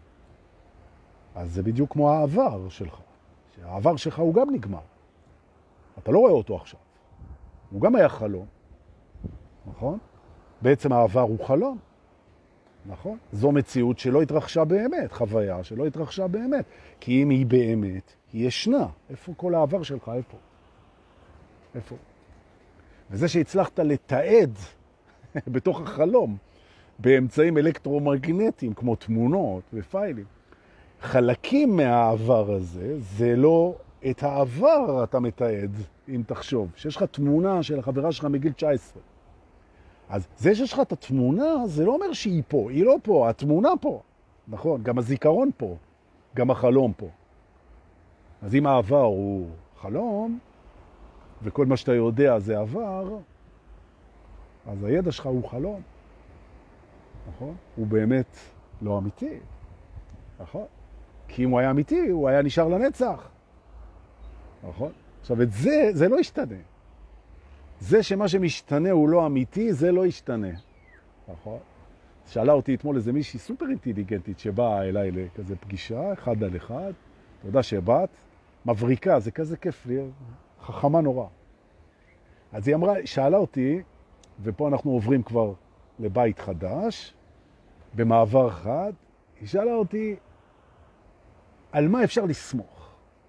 S1: אז זה בדיוק כמו העבר שלך. שהעבר שלך הוא גם נגמר. אתה לא רואה אותו עכשיו. הוא גם היה חלום. נכון? בעצם העבר הוא חלום. נכון? זו מציאות שלא התרחשה באמת, חוויה שלא התרחשה באמת. כי אם היא באמת, היא ישנה. איפה כל העבר שלך? איפה? איפה? וזה שהצלחת לתעד בתוך החלום, באמצעים אלקטרומגנטיים, כמו תמונות ופיילים, חלקים מהעבר הזה, זה לא את העבר אתה מתעד, אם תחשוב. שיש לך תמונה של החברה שלך מגיל תשע עשרה. אז זה שיש לך את התמונה, זה לא אומר שהיא פה, היא לא פה, התמונה פה. נכון, גם הזיכרון פה, גם החלום פה. אז אם העבר הוא חלום, וכל מה שאתה יודע זה עבר, אז הידע שלך הוא חלום. נכון? הוא באמת לא אמיתי. נכון? כי אם הוא היה אמיתי, הוא היה נשאר לנצח. נכון? עכשיו, את זה, זה לא ישתנה. זה שמה שמשתנה הוא לא אמיתי, זה לא ישתנה. נכון? שאלה אותי אתמול איזה מישהי סופר אינטליגנטית שבאה אליי לכזה פגישה, אחד על אחד. אתה יודע שבאת, מבריקה, זה כזה כיף לי, חכמה נורא. אז היא אמרה, שאלה אותי, ופה אנחנו עוברים כבר לבית חדש, במעבר חד, היא שאלה אותי, על מה אפשר לסמוך?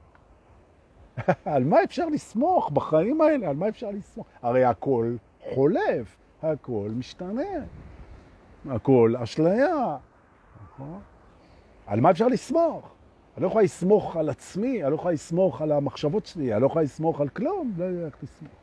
S1: על מה אפשר לסמוך בחיים האלה? על מה אפשר לסמוך? הרי הכל חולף, הכל משתנה, הכל אשליה. על מה אפשר לסמוך? אני לא יכולה לסמוך על עצמי, אני לא יכולה לסמוך על המחשבות שלי, אני לא יכולה לסמוך על כלום, לא יודע איך לסמוך.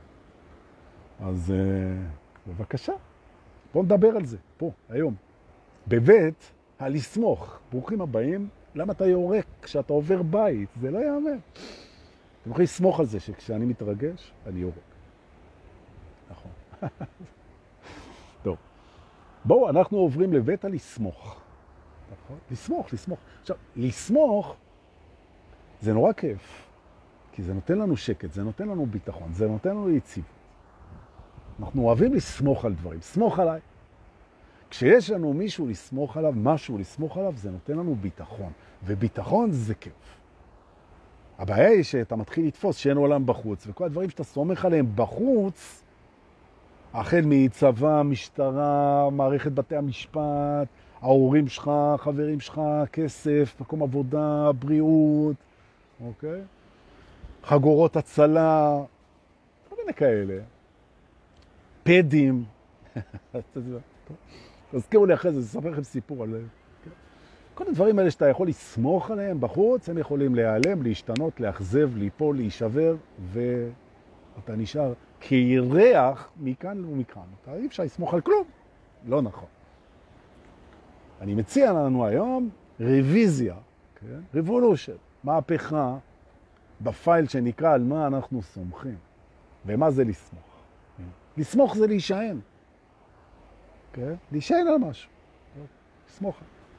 S1: אז בבקשה, בואו נדבר על זה, פה, היום. בבית, הלסמוך. ברוכים הבאים, למה אתה יורק כשאתה עובר בית? זה לא יאמן. אתם יכולים לסמוך על זה שכשאני מתרגש, אני יורק. נכון. טוב. בואו, אנחנו עוברים לבית הלסמוך. נכון? לסמוך, לסמוך. עכשיו, לסמוך זה נורא כיף, כי זה נותן לנו שקט, זה נותן לנו ביטחון, זה נותן לנו יציבות. אנחנו אוהבים לסמוך על דברים. סמוך עליי. כשיש לנו מישהו לסמוך עליו, משהו לסמוך עליו, זה נותן לנו ביטחון. וביטחון זה כיף. הבעיה היא שאתה מתחיל לתפוס שאין עולם בחוץ, וכל הדברים שאתה סומך עליהם בחוץ, החל מצבא, משטרה, מערכת בתי המשפט, ההורים שלך, חברים שלך, כסף, מקום עבודה, בריאות, אוקיי? חגורות הצלה, כל מיני כאלה. פדים. תזכירו לי אחרי זה, אספר לכם סיפור עליהם. כל הדברים האלה שאתה יכול לסמוך עליהם בחוץ, הם יכולים להיעלם, להשתנות, להחזב, ליפול, להישבר, ואתה נשאר כירח מכאן ומכאן. אתה אי אפשר לסמוך על כלום. לא נכון. אני מציע לנו היום רוויזיה, כן? ריבולושן, מהפכה בפייל שנקרא על מה אנחנו סומכים. ומה זה לסמוך? לסמוך זה להישען. כן? להישען על משהו. לסמוך.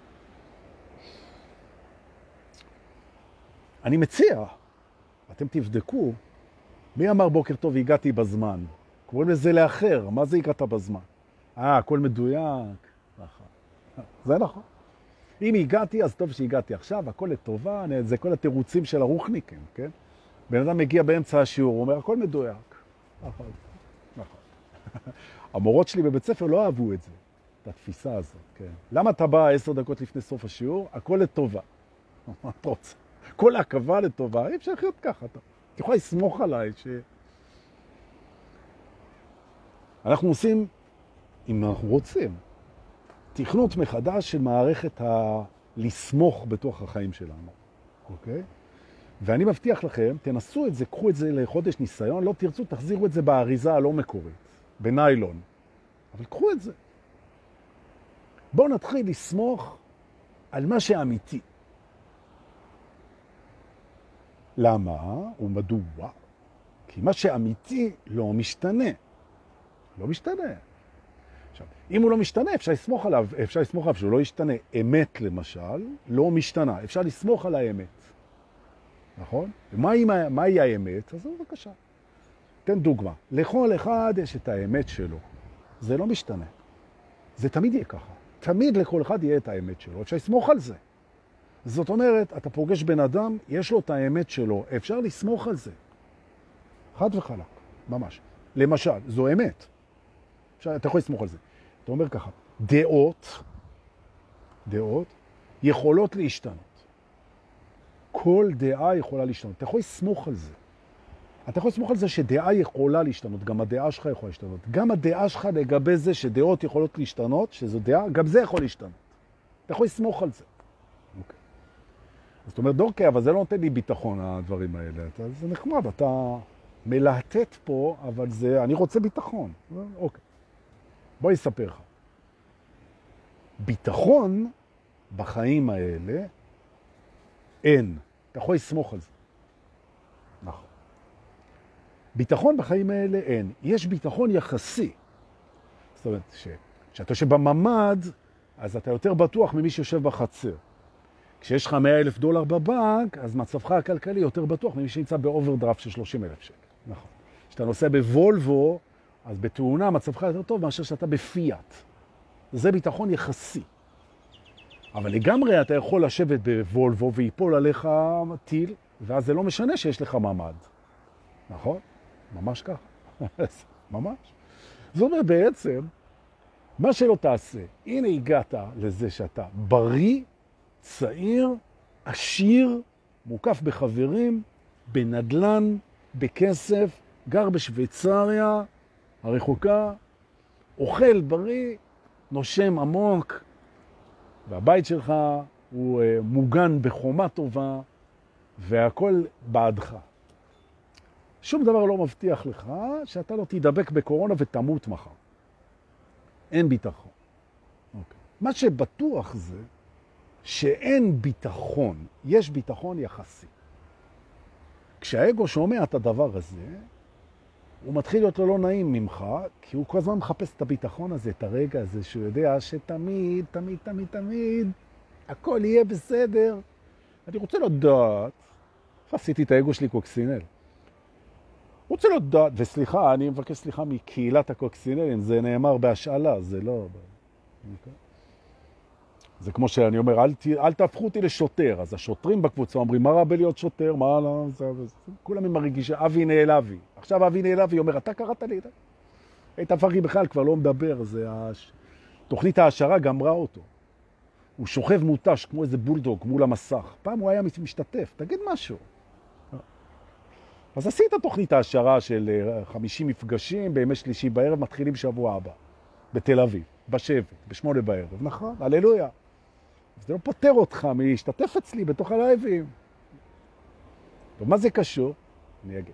S1: אני מציע, אתם תבדקו, מי אמר בוקר טוב הגעתי בזמן? קוראים לזה לאחר, מה זה הגעת בזמן? אה, הכל מדויק. נכון. זה נכון. אם הגעתי, אז טוב שהגעתי עכשיו, הכל לטובה, זה כל התירוצים של הרוחניקים, כן? בן אדם מגיע באמצע השיעור, הוא אומר, הכל מדויק. נכון. נכון. המורות שלי בבית ספר לא אהבו את זה, את התפיסה הזאת, כן? למה אתה בא עשר דקות לפני סוף השיעור? הכל לטובה. מה אתה רוצה? כל העקבה לטובה, אי אפשר לחיות ככה. אתה יכול לסמוך עליי ש... אנחנו עושים, אם אנחנו רוצים, תכנות מחדש של מערכת הלסמוך בתוך החיים שלנו. אוקיי? ואני מבטיח לכם, תנסו את זה, קחו את זה לחודש ניסיון, לא תרצו, תחזירו את זה באריזה הלא מקורית, בניילון. אבל קחו את זה. בואו נתחיל לסמוך על מה שאמיתי. למה? ומדוע? כי מה שאמיתי לא משתנה. לא משתנה. עכשיו, אם הוא לא משתנה, אפשר לסמוך עליו, אפשר לסמוך עליו שהוא לא ישתנה. אמת, למשל, לא משתנה. אפשר לסמוך על האמת. נכון? ומהי מה האמת? אז בבקשה. תן דוגמה. לכל אחד יש את האמת שלו. זה לא משתנה. זה תמיד יהיה ככה. תמיד לכל אחד יהיה את האמת שלו. אפשר לסמוך על זה. זאת אומרת, אתה פוגש בן אדם, יש לו את האמת שלו. אפשר לסמוך על זה. חד וחלק. ממש. למשל, זו אמת. אפשר, אתה יכול לסמוך על זה. אתה אומר ככה, דעות, דעות, יכולות להשתנות. כל דעה יכולה להשתנות. אתה יכול לסמוך על זה. אתה יכול לסמוך על זה שדעה יכולה להשתנות. גם הדעה שלך יכולה להשתנות. גם הדעה שלך לגבי זה שדעות יכולות להשתנות, שזו דעה, גם זה יכול להשתנות. אתה יכול לסמוך על זה. אוקיי. זאת אומרת, אוקיי, אבל זה לא נותן לי ביטחון, הדברים האלה. אתה, זה נחמד, אתה מלהטט פה, אבל זה, אני רוצה ביטחון. אוקיי. בוא אספר לך. ביטחון בחיים האלה אין. אתה יכול לסמוך על זה. נכון. ביטחון בחיים האלה אין. יש ביטחון יחסי. זאת אומרת, כשאתה יושב בממד, אז אתה יותר בטוח ממי שיושב בחצר. כשיש לך מאה אלף דולר בבנק, אז מצבך הכלכלי יותר בטוח ממי שנמצא באוברדרפט של שלושים אלף שקל. נכון. כשאתה נוסע בוולבו, אז בתאונה מצבך יותר טוב מאשר שאתה בפיאט. זה ביטחון יחסי. אבל לגמרי אתה יכול לשבת בוולבו ויפול עליך טיל, ואז זה לא משנה שיש לך ממד. נכון? ממש ככה. ממש. זאת אומרת בעצם, מה שלא תעשה, הנה הגעת לזה שאתה בריא, צעיר, עשיר, מוקף בחברים, בנדלן, בכסף, גר בשוויצריה, הרחוקה, אוכל בריא, נושם עמוק, והבית שלך הוא uh, מוגן בחומה טובה, והכל בעדך. שום דבר לא מבטיח לך שאתה לא תדבק בקורונה ותמות מחר. אין ביטחון. אוקיי. מה שבטוח זה שאין ביטחון, יש ביטחון יחסי. כשהאגו שומע את הדבר הזה, הוא מתחיל להיות לו לא נעים ממך, כי הוא כל הזמן מחפש את הביטחון הזה, את הרגע הזה, שהוא יודע שתמיד, תמיד, תמיד, תמיד, הכל יהיה בסדר. אני רוצה לדעת, עשיתי את האגו שלי קוקסינל. רוצה לדעת, וסליחה, אני מבקש סליחה מקהילת הקוקסינלים, זה נאמר בהשאלה, זה לא... זה כמו שאני אומר, אל, אל תהפכו אותי לשוטר. אז השוטרים בקבוצה אומרים, מה רע בלהיות שוטר? מה לא? זה, זה, כולם הם מרגישים, אבי נעלבי. עכשיו אבי נעלבי אומר, אתה קראת לי? היית פרקי בכלל כבר לא מדבר, זה הש... תוכנית ההשערה גמרה אותו. הוא שוכב מוטש כמו איזה בולדוג מול המסך. פעם הוא היה משתתף, תגיד משהו. אז עשית תוכנית ההשערה של חמישים מפגשים בימי שלישי בערב, מתחילים שבוע הבא, בתל אביב, בשבט, בשמונה בערב, נכון? הללויה. זה לא פותר אותך מלהשתתף אצלי בתוך הלייבים. ומה זה קשור? אני אגיד.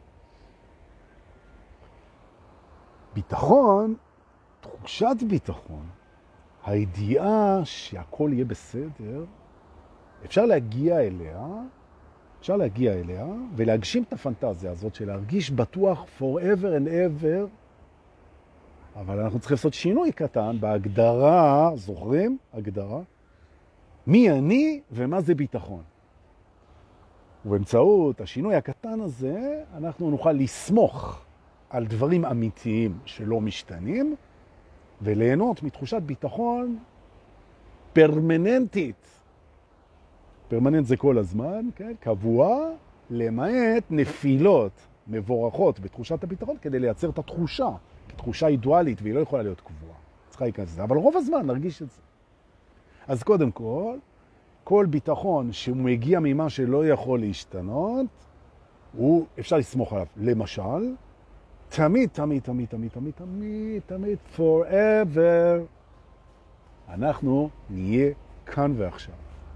S1: ביטחון, תחושת ביטחון, הידיעה שהכל יהיה בסדר, אפשר להגיע אליה, אפשר להגיע אליה ולהגשים את הפנטזיה הזאת של להרגיש בטוח forever and ever, אבל אנחנו צריכים לעשות שינוי קטן בהגדרה, זוכרים? הגדרה. מי אני ומה זה ביטחון. ובאמצעות השינוי הקטן הזה, אנחנו נוכל לסמוך על דברים אמיתיים שלא משתנים, וליהנות מתחושת ביטחון פרמננטית. פרמננט זה כל הזמן, כן? קבוע, למעט נפילות מבורכות בתחושת הביטחון, כדי לייצר את התחושה. תחושה אידואלית, והיא לא יכולה להיות קבועה. צריכה להיכנס לזה, אבל רוב הזמן נרגיש את זה. אז קודם כל, כל ביטחון שהוא מגיע ממה שלא יכול להשתנות, הוא אפשר לסמוך עליו. למשל, תמיד, תמיד, תמיד, תמיד, תמיד, תמיד, תמיד, forever, אנחנו נהיה כאן ועכשיו.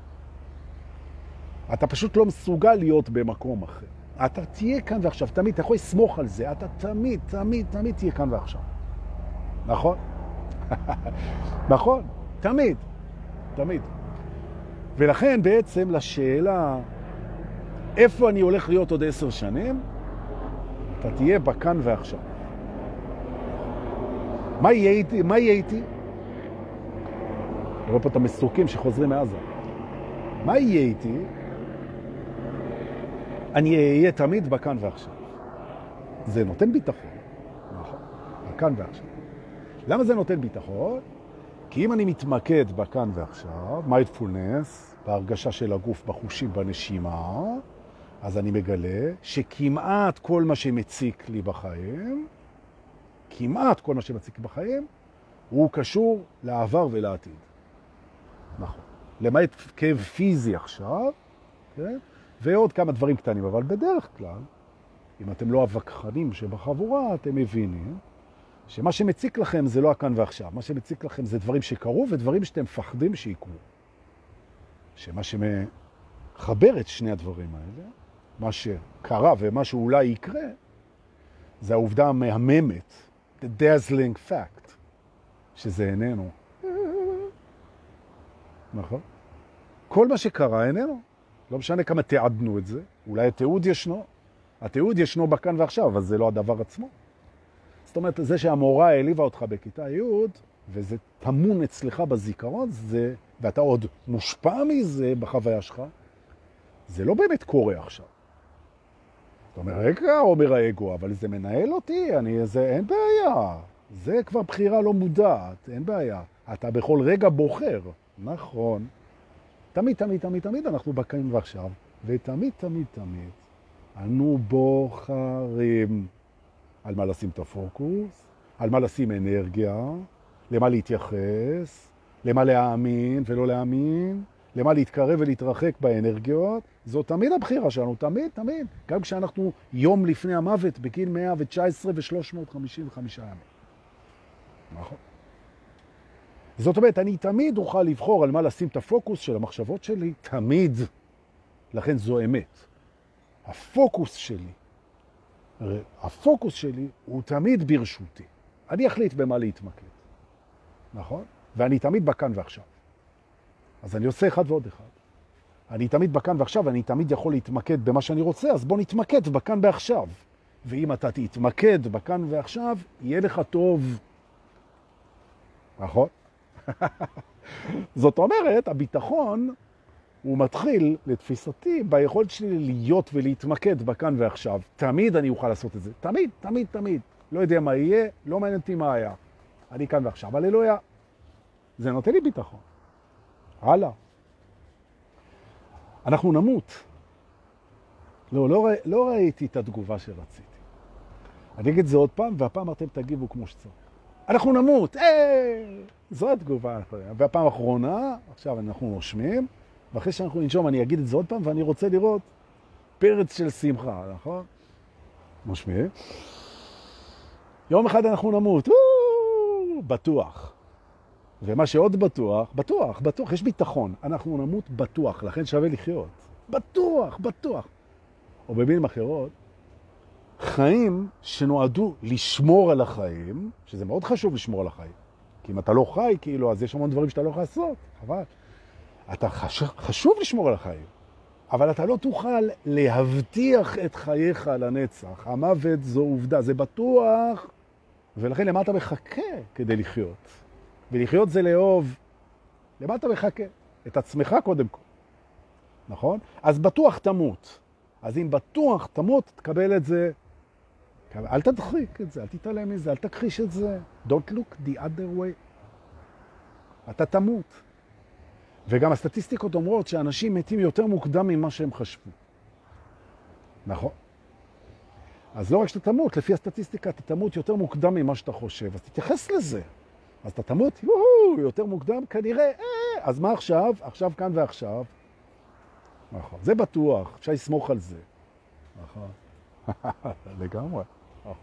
S1: אתה פשוט לא מסוגל להיות במקום אחר. אתה תהיה כאן ועכשיו, תמיד, אתה יכול לסמוך על זה, אתה תמיד, תמיד, תמיד תהיה כאן ועכשיו. נכון? נכון, תמיד. תמיד. ולכן בעצם לשאלה, איפה אני הולך להיות עוד עשר שנים? אתה תהיה בכאן ועכשיו. מה יהיה איתי? מה יהיה איתי? רואה פה את המסוקים שחוזרים מעזה. מה יהיה איתי? אני אהיה תמיד בכאן ועכשיו. זה נותן ביטחון. נכון. בכאן ועכשיו. למה זה נותן ביטחון? כי אם אני מתמקד בכאן ועכשיו, מיינדפולנס, בהרגשה של הגוף, בחושים, בנשימה, אז אני מגלה שכמעט כל מה שמציק לי בחיים, כמעט כל מה שמציק בחיים, הוא קשור לעבר ולעתיד. נכון. למעט כאב פיזי עכשיו, כן? ועוד כמה דברים קטנים, אבל בדרך כלל, אם אתם לא הווכחנים שבחבורה, אתם מבינים שמה שמציק לכם זה לא הכאן ועכשיו. מה שמציק לכם זה דברים שקרו ודברים שאתם מפחדים שיקרו. שמה שמחבר את שני הדברים האלה, מה שקרה ומה שאולי יקרה, זה העובדה המהממת, the dazzling fact, שזה איננו. נכון? כל מה שקרה איננו. לא משנה כמה תיעדנו את זה. אולי התיעוד ישנו. התיעוד ישנו בכאן ועכשיו, אבל זה לא הדבר עצמו. זאת אומרת, זה שהמורה העליבה אותך בכיתה י' וזה תמון אצלך בזיכרון, זה, ואתה עוד מושפע מזה בחוויה שלך, זה לא באמת קורה עכשיו. זאת אומרת, רגע, אומר האגו, אבל זה מנהל אותי, אני, זה, אין בעיה. זה כבר בחירה לא מודעת, אין בעיה. אתה בכל רגע בוחר. נכון. תמיד, תמיד, תמיד, תמיד אנחנו בכאן ועכשיו, ותמיד, תמיד, תמיד, אנו בוחרים על מה לשים את הפוקוס, על מה לשים אנרגיה, למה להתייחס, למה להאמין ולא להאמין, למה להתקרב ולהתרחק באנרגיות. זו תמיד הבחירה שלנו, תמיד, תמיד. גם כשאנחנו יום לפני המוות, בגיל מאה תשע עשרה ו-שלוש מאות חמישים וחמישה ימים. נכון. זאת אומרת, אני תמיד אוכל לבחור על מה לשים את הפוקוס של המחשבות שלי, תמיד. לכן זו אמת. הפוקוס שלי, הפוקוס שלי הוא תמיד ברשותי. אני אחליט במה להתמקד. נכון? ואני תמיד בכאן ועכשיו. אז אני עושה אחד ועוד אחד. אני תמיד בכאן ועכשיו, ואני תמיד יכול להתמקד במה שאני רוצה, אז בוא נתמקד בכאן ועכשיו. ואם אתה תתמקד בכאן ועכשיו, יהיה לך טוב. נכון? זאת אומרת, הביטחון הוא מתחיל לתפיסתי ביכולת שלי להיות ולהתמקד בכאן ועכשיו. תמיד אני אוכל לעשות את זה. תמיד, תמיד, תמיד. לא יודע מה יהיה, לא מעניין אותי מה היה. אני כאן ועכשיו. הללויה. זה נותן לי ביטחון. הלאה. אנחנו נמות. לא, לא, רא... לא ראיתי את התגובה שרציתי. אני אגיד זה עוד פעם, והפעם אתם תגיבו כמו שצריך. אנחנו נמות, אה! זו התגובה. והפעם האחרונה, עכשיו אנחנו נושמים, ואחרי שאנחנו ננשום אני אגיד את זה עוד פעם, ואני רוצה לראות פרץ של שמחה, נכון? נושמים. יום אחד אנחנו נמות, בטוח. ומה שעוד בטוח, בטוח, בטוח, יש ביטחון. אנחנו נמות בטוח, לכן שווה לחיות. בטוח, בטוח. או במילים אחרות, חיים שנועדו לשמור על החיים, שזה מאוד חשוב לשמור על החיים. כי אם אתה לא חי, כאילו, אז יש המון דברים שאתה לא יכול לעשות. אבל אתה חשוב, חשוב לשמור על החיים, אבל אתה לא תוכל להבטיח את חייך לנצח. המוות זו עובדה, זה בטוח, ולכן למה אתה מחכה כדי לחיות? ולחיות זה לאהוב. למה אתה מחכה? את עצמך קודם כל. נכון? אז בטוח תמות. אז אם בטוח תמות, תקבל את זה. אל תדחיק את זה, אל תתעלם מזה, אל תכחיש את זה. Don't look the other way. אתה תמות. וגם הסטטיסטיקות אומרות שאנשים מתים יותר מוקדם ממה שהם חשבו. נכון? אז לא רק שאתה תמות, לפי הסטטיסטיקה אתה תמות יותר מוקדם ממה שאתה חושב. אז תתייחס לזה. אז אתה תמות, יוהו, יותר מוקדם כנראה. אה, אז מה עכשיו? עכשיו כאן ועכשיו. נכון. זה בטוח, אפשר לסמוך על זה. נכון. לגמרי. נכון.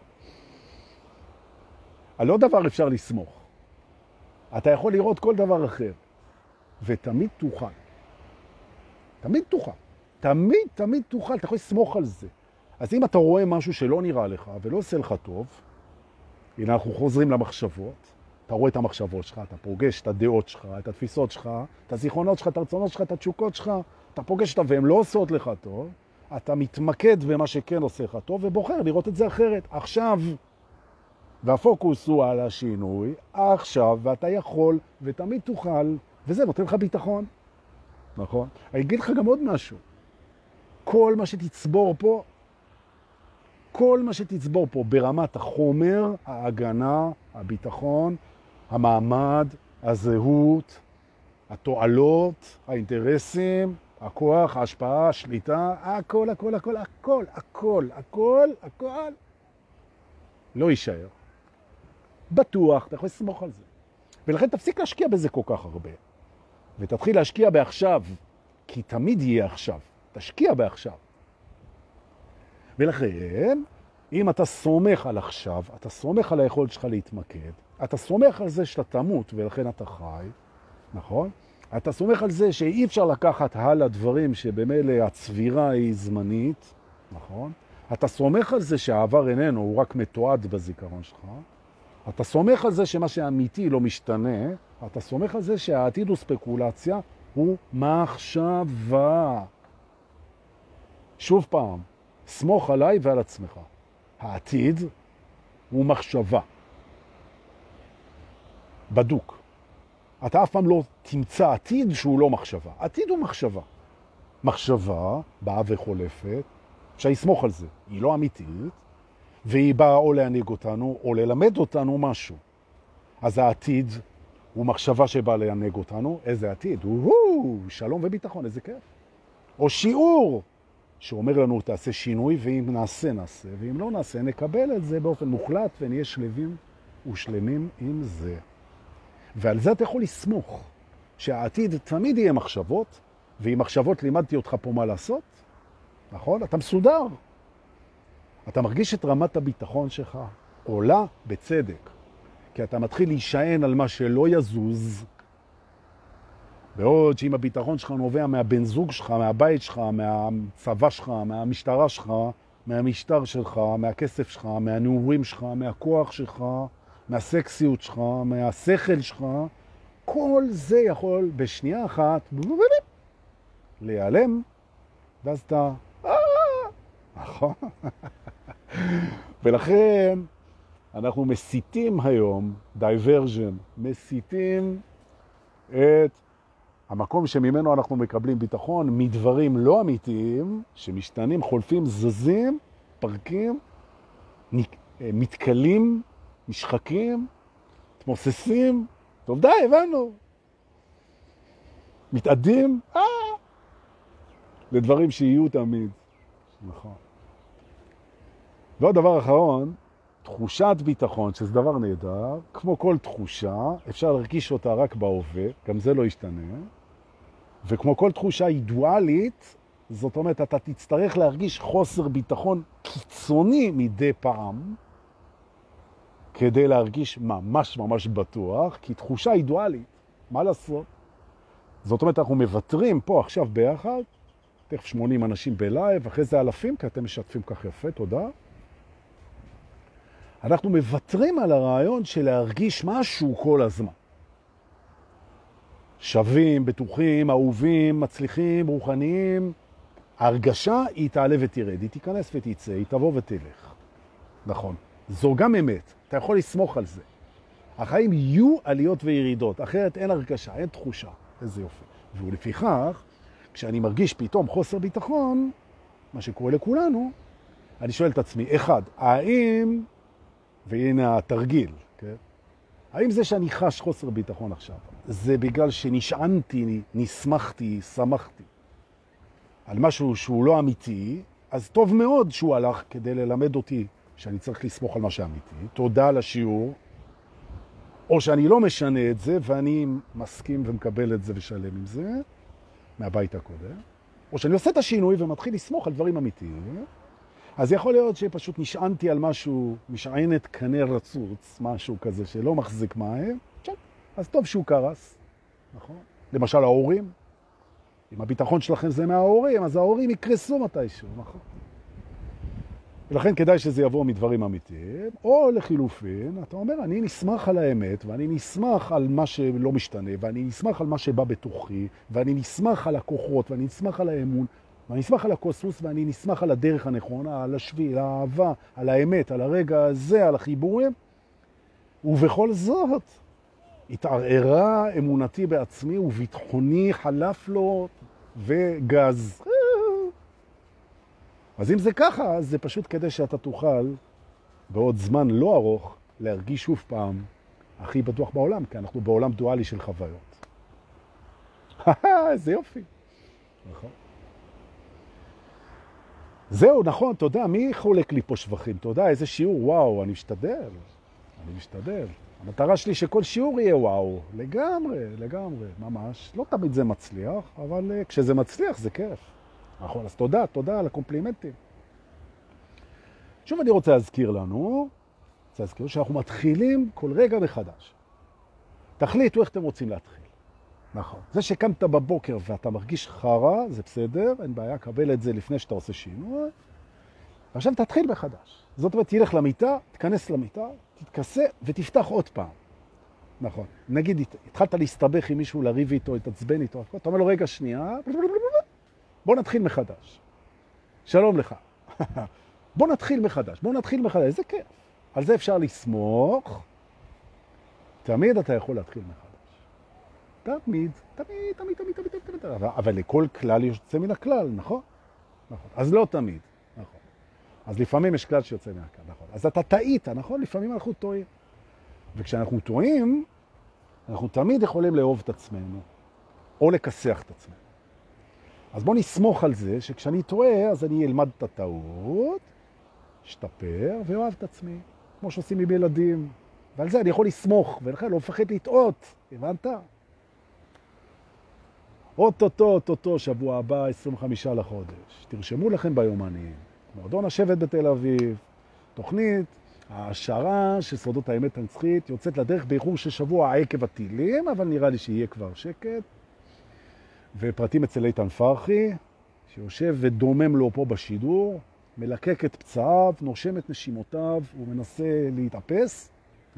S1: על לא דבר אפשר לסמוך. אתה יכול לראות כל דבר אחר. ותמיד תוכל. תמיד תוכל. תמיד, תמיד תוכל. אתה יכול לסמוך על זה. אז אם אתה רואה משהו שלא נראה לך ולא עושה לך טוב, הנה אנחנו חוזרים למחשבות, אתה רואה את המחשבות שלך, אתה פוגש את הדעות שלך, את התפיסות שלך, את הזיכרונות שלך, את הרצונות שלך, את התשוקות שלך, אתה פוגש אותם והם לא עושות לך טוב, אתה מתמקד במה שכן עושה לך טוב ובוחר לראות את זה אחרת. עכשיו, והפוקוס הוא על השינוי, עכשיו, ואתה יכול ותמיד תוכל, וזה נותן לך ביטחון. נכון? אני אגיד לך גם עוד משהו. כל מה שתצבור פה, כל מה שתצבור פה ברמת החומר, ההגנה, הביטחון, המעמד, הזהות, התועלות, האינטרסים, הכוח, ההשפעה, השליטה, הכל, הכל, הכל, הכל, הכל, הכל, הכל, לא יישאר. בטוח, אתה יכול לסמוך על זה. ולכן תפסיק להשקיע בזה כל כך הרבה. ותתחיל להשקיע בעכשיו, כי תמיד יהיה עכשיו. תשקיע בעכשיו. ולכן, אם אתה סומך על עכשיו, אתה סומך על היכולת שלך להתמקד, אתה סומך על זה שאתה תמות ולכן אתה חי, נכון? אתה סומך על זה שאי אפשר לקחת הלאה דברים שבמילא הצבירה היא זמנית, נכון? אתה סומך על זה שהעבר איננו, הוא רק מתועד בזיכרון שלך. אתה סומך על זה שמה שאמיתי לא משתנה, אתה סומך על זה שהעתיד הוא ספקולציה, הוא מחשבה. שוב פעם, סמוך עליי ועל עצמך. העתיד הוא מחשבה. בדוק. אתה אף פעם לא תמצא עתיד שהוא לא מחשבה. עתיד הוא מחשבה. מחשבה באה וחולפת, אפשר לסמוך על זה. היא לא אמיתית, והיא באה או להנהיג אותנו, או ללמד אותנו משהו. אז העתיד הוא מחשבה שבאה להנהיג אותנו. איזה עתיד? הוא שלום וביטחון, איזה כיף. או שיעור שאומר לנו, תעשה שינוי, ואם נעשה, נעשה, ואם לא נעשה, נקבל את זה באופן מוחלט, ונהיה שלבים ושלמים עם זה. ועל זה אתה יכול לסמוך, שהעתיד תמיד יהיה מחשבות, ועם מחשבות לימדתי אותך פה מה לעשות, נכון? אתה מסודר. אתה מרגיש את רמת הביטחון שלך עולה בצדק, כי אתה מתחיל להישען על מה שלא יזוז, בעוד שאם הביטחון שלך נובע מהבן זוג שלך, מהבית שלך, מהצבא שלך, מהמשטרה שלך, מהמשטר שלך, מהכסף שלך, מהנעורים שלך, מהכוח שלך, מהסקסיות שלך, מהשכל שלך, כל זה יכול בשנייה אחת להיעלם, ואז אתה... נכון? ולכן אנחנו מסיתים היום, דייברז'ן, מסיתים את המקום שממנו אנחנו מקבלים ביטחון מדברים לא אמיתיים, שמשתנים, חולפים, זזים, פרקים, מתקלים, משחקים, תמוססים, טוב די, הבנו. מתעדים, אה, לדברים שיהיו תמיד. נכון. ועוד דבר אחרון, תחושת ביטחון, שזה דבר נהדר, כמו כל תחושה, אפשר להרגיש אותה רק בהווה, גם זה לא ישתנה, וכמו כל תחושה אידואלית, זאת אומרת, אתה תצטרך להרגיש חוסר ביטחון קיצוני מדי פעם, כדי להרגיש ממש ממש בטוח, כי תחושה אידואלית, מה לעשות? זאת אומרת, אנחנו מבטרים פה עכשיו ביחד, תכף שמונים אנשים בלייב, אחרי זה אלפים, כי אתם משתפים כך יפה, תודה. אנחנו מבטרים על הרעיון של להרגיש משהו כל הזמן. שווים, בטוחים, אהובים, מצליחים, רוחניים. ההרגשה היא תעלה ותירד, היא תיכנס ותצא, היא תבוא ותלך. נכון. זו גם אמת, אתה יכול לסמוך על זה. החיים יהיו עליות וירידות, אחרת אין הרגשה, אין תחושה. איזה יופי. ולפיכך, כשאני מרגיש פתאום חוסר ביטחון, מה שקורה לכולנו, אני שואל את עצמי, אחד, האם, והנה התרגיל, כן? האם זה שאני חש חוסר ביטחון עכשיו, זה בגלל שנשענתי, נסמכתי, שמחתי על משהו שהוא לא אמיתי, אז טוב מאוד שהוא הלך כדי ללמד אותי שאני צריך לסמוך על מה שאמיתי, תודה על השיעור, או שאני לא משנה את זה ואני מסכים ומקבל את זה ושלם עם זה, מהבית הקודם, או שאני עושה את השינוי ומתחיל לסמוך על דברים אמיתיים, אז יכול להיות שפשוט נשענתי על משהו, משענת קנה רצוץ, משהו כזה שלא מחזיק מים, אז טוב שהוא קרס, נכון? למשל ההורים, אם הביטחון שלכם זה מההורים, אז ההורים יקרסו מתישהו, נכון? ולכן כדאי שזה יבוא מדברים אמיתיים, או לחילופין, אתה אומר, אני נסמך על האמת, ואני נסמך על מה שלא משתנה, ואני נסמך על מה שבא בתוכי, ואני נסמך על הכוחות, ואני נסמך על האמון, ואני נסמך על הקוסמוס, ואני נסמך על הדרך הנכונה, על השביל, על האהבה, על האמת, על הרגע הזה, על החיבורים. ובכל זאת, התערערה אמונתי בעצמי, וביטחוני חלף לו וגז. אז אם זה ככה, אז זה פשוט כדי שאתה תוכל, בעוד זמן לא ארוך, להרגיש שוב פעם הכי בטוח בעולם, כי אנחנו בעולם דואלי של חוויות. איזה יופי. נכון. זהו, נכון, תודה, מי חולק לי פה שבחים? תודה, איזה שיעור, וואו, אני משתדל. אני משתדל. המטרה שלי שכל שיעור יהיה וואו. לגמרי, לגמרי, ממש. לא תמיד זה מצליח, אבל uh, כשזה מצליח זה כיף. נכון, אז תודה, תודה על הקומפלימנטים. שוב אני רוצה להזכיר לנו, רוצה להזכיר שאנחנו מתחילים כל רגע מחדש. תחליטו איך אתם רוצים להתחיל. נכון. זה שקמת בבוקר ואתה מרגיש חרה, זה בסדר, אין בעיה, קבל את זה לפני שאתה עושה שינוי. ועכשיו תתחיל מחדש. זאת אומרת, תלך למיטה, תכנס למיטה, תתכסה ותפתח עוד פעם. נכון. נגיד, התחלת להסתבך עם מישהו, לריב איתו, להתעצבן איתו, אתה אומר לו, רגע שנייה, בוא נתחיל מחדש. שלום לך. בוא נתחיל מחדש, בוא נתחיל מחדש, איזה כיף. על זה אפשר לסמוך. תמיד אתה יכול להתחיל מחדש. תמיד, תמיד, תמיד, תמיד, תמיד, תמיד, תמיד. אבל לכל כלל יוצא מן הכלל, נכון? נכון. אז לא תמיד, נכון. אז לפעמים יש כלל שיוצא מן הכלל, נכון. אז אתה טעית, נכון? לפעמים אנחנו טועים. וכשאנחנו טועים, אנחנו תמיד יכולים לאהוב את עצמנו, או לקסח את עצמנו. אז בוא נסמוך על זה שכשאני טועה, אז אני אלמד את הטעות, אשתפר ואוהב את עצמי, כמו שעושים עם ילדים. ועל זה אני יכול לסמוך, ולכן לא מפחד לטעות, הבנת? אוטוטו, אוטוטו, שבוע הבא, עשרים וחמישה לחודש. תרשמו לכם ביומנים. מועדון השבט בתל אביב, תוכנית, ההשערה של סודות האמת הנצחית, יוצאת לדרך באיחור של שבוע עקב הטילים, אבל נראה לי שיהיה כבר שקט. ופרטים אצל איתן פרחי, שיושב ודומם לו פה בשידור, מלקק את פצעיו, נושם את נשימותיו, הוא מנסה להתאפס.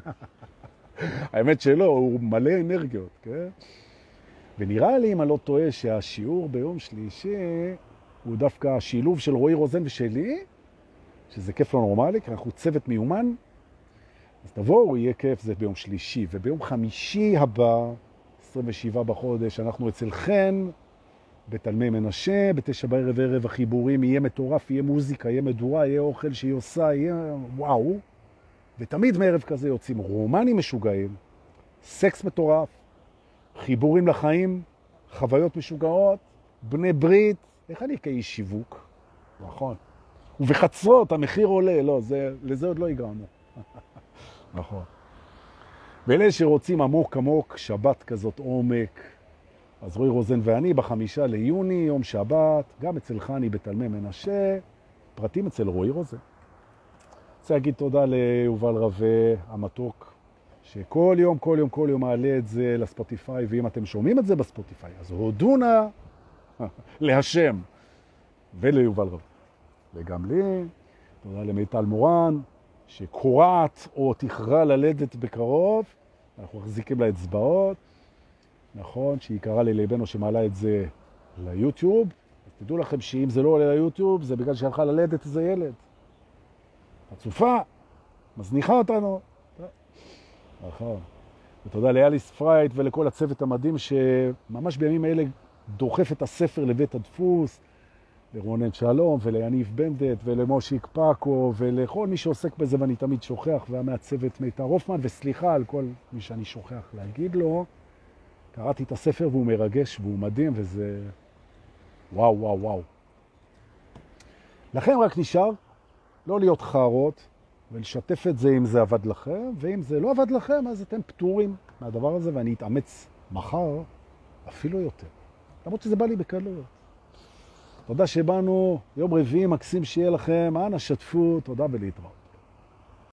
S1: האמת שלא, הוא מלא אנרגיות, כן? ונראה לי, אם אני לא טועה, שהשיעור ביום שלישי הוא דווקא השילוב של רועי רוזן ושלי, שזה כיף לא נורמלי, כי אנחנו צוות מיומן. אז תבואו, יהיה כיף, זה ביום שלישי. וביום חמישי הבא, עשרים ושבעה בחודש, אנחנו אצל חן, בתלמי מנשה, בתשע בערב ערב החיבורים, יהיה מטורף, יהיה מוזיקה, יהיה מדורה, יהיה אוכל שהיא עושה, יהיה וואו. ותמיד מערב כזה יוצאים רומנים משוגעים, סקס מטורף, חיבורים לחיים, חוויות משוגעות, בני ברית, איך אני כאיש שיווק? נכון. ובחצרות, המחיר עולה, לא, זה, לזה עוד לא הגענו. נכון. ואלה שרוצים עמוק עמוק, שבת כזאת עומק, אז רועי רוזן ואני בחמישה ליוני, יום שבת, גם אצל חני בתלמי מנשה, פרטים אצל רועי רוזן. רוצה להגיד תודה ליובל רווה, המתוק, שכל יום, כל יום, כל יום מעלה את זה לספוטיפיי, ואם אתם שומעים את זה בספוטיפיי, אז הודו נא להשם וליובל רווה. וגם לי, תודה למיטל מורן, שקורעת או תכרע ללדת בקרוב, אנחנו מחזיקים לה אצבעות, נכון, שהיא קראה לי ליבנו שמעלה את זה ליוטיוב, אז תדעו לכם שאם זה לא עולה ליוטיוב, זה בגלל שהלכה ללדת איזה ילד. הצופה, מזניחה אותנו. נכון. ותודה לאליס פרייט ולכל הצוות המדהים שממש בימים האלה דוחף את הספר לבית הדפוס, לרונן שלום וליניב בנדט ולמושיק פאקו ולכל מי שעוסק בזה ואני תמיד שוכח, והמעצבת מיתר הופמן, וסליחה על כל מי שאני שוכח להגיד לו. קראתי את הספר והוא מרגש והוא מדהים וזה וואו וואו וואו. לכן רק נשאר לא להיות חרות ולשתף את זה אם זה עבד לכם, ואם זה לא עבד לכם אז אתם פטורים מהדבר הזה, ואני אתאמץ מחר אפילו יותר. למרות שזה בא לי בקלות. תודה שבאנו, יום רביעי מקסים שיהיה לכם, אנא שתפו, תודה ולהתראות.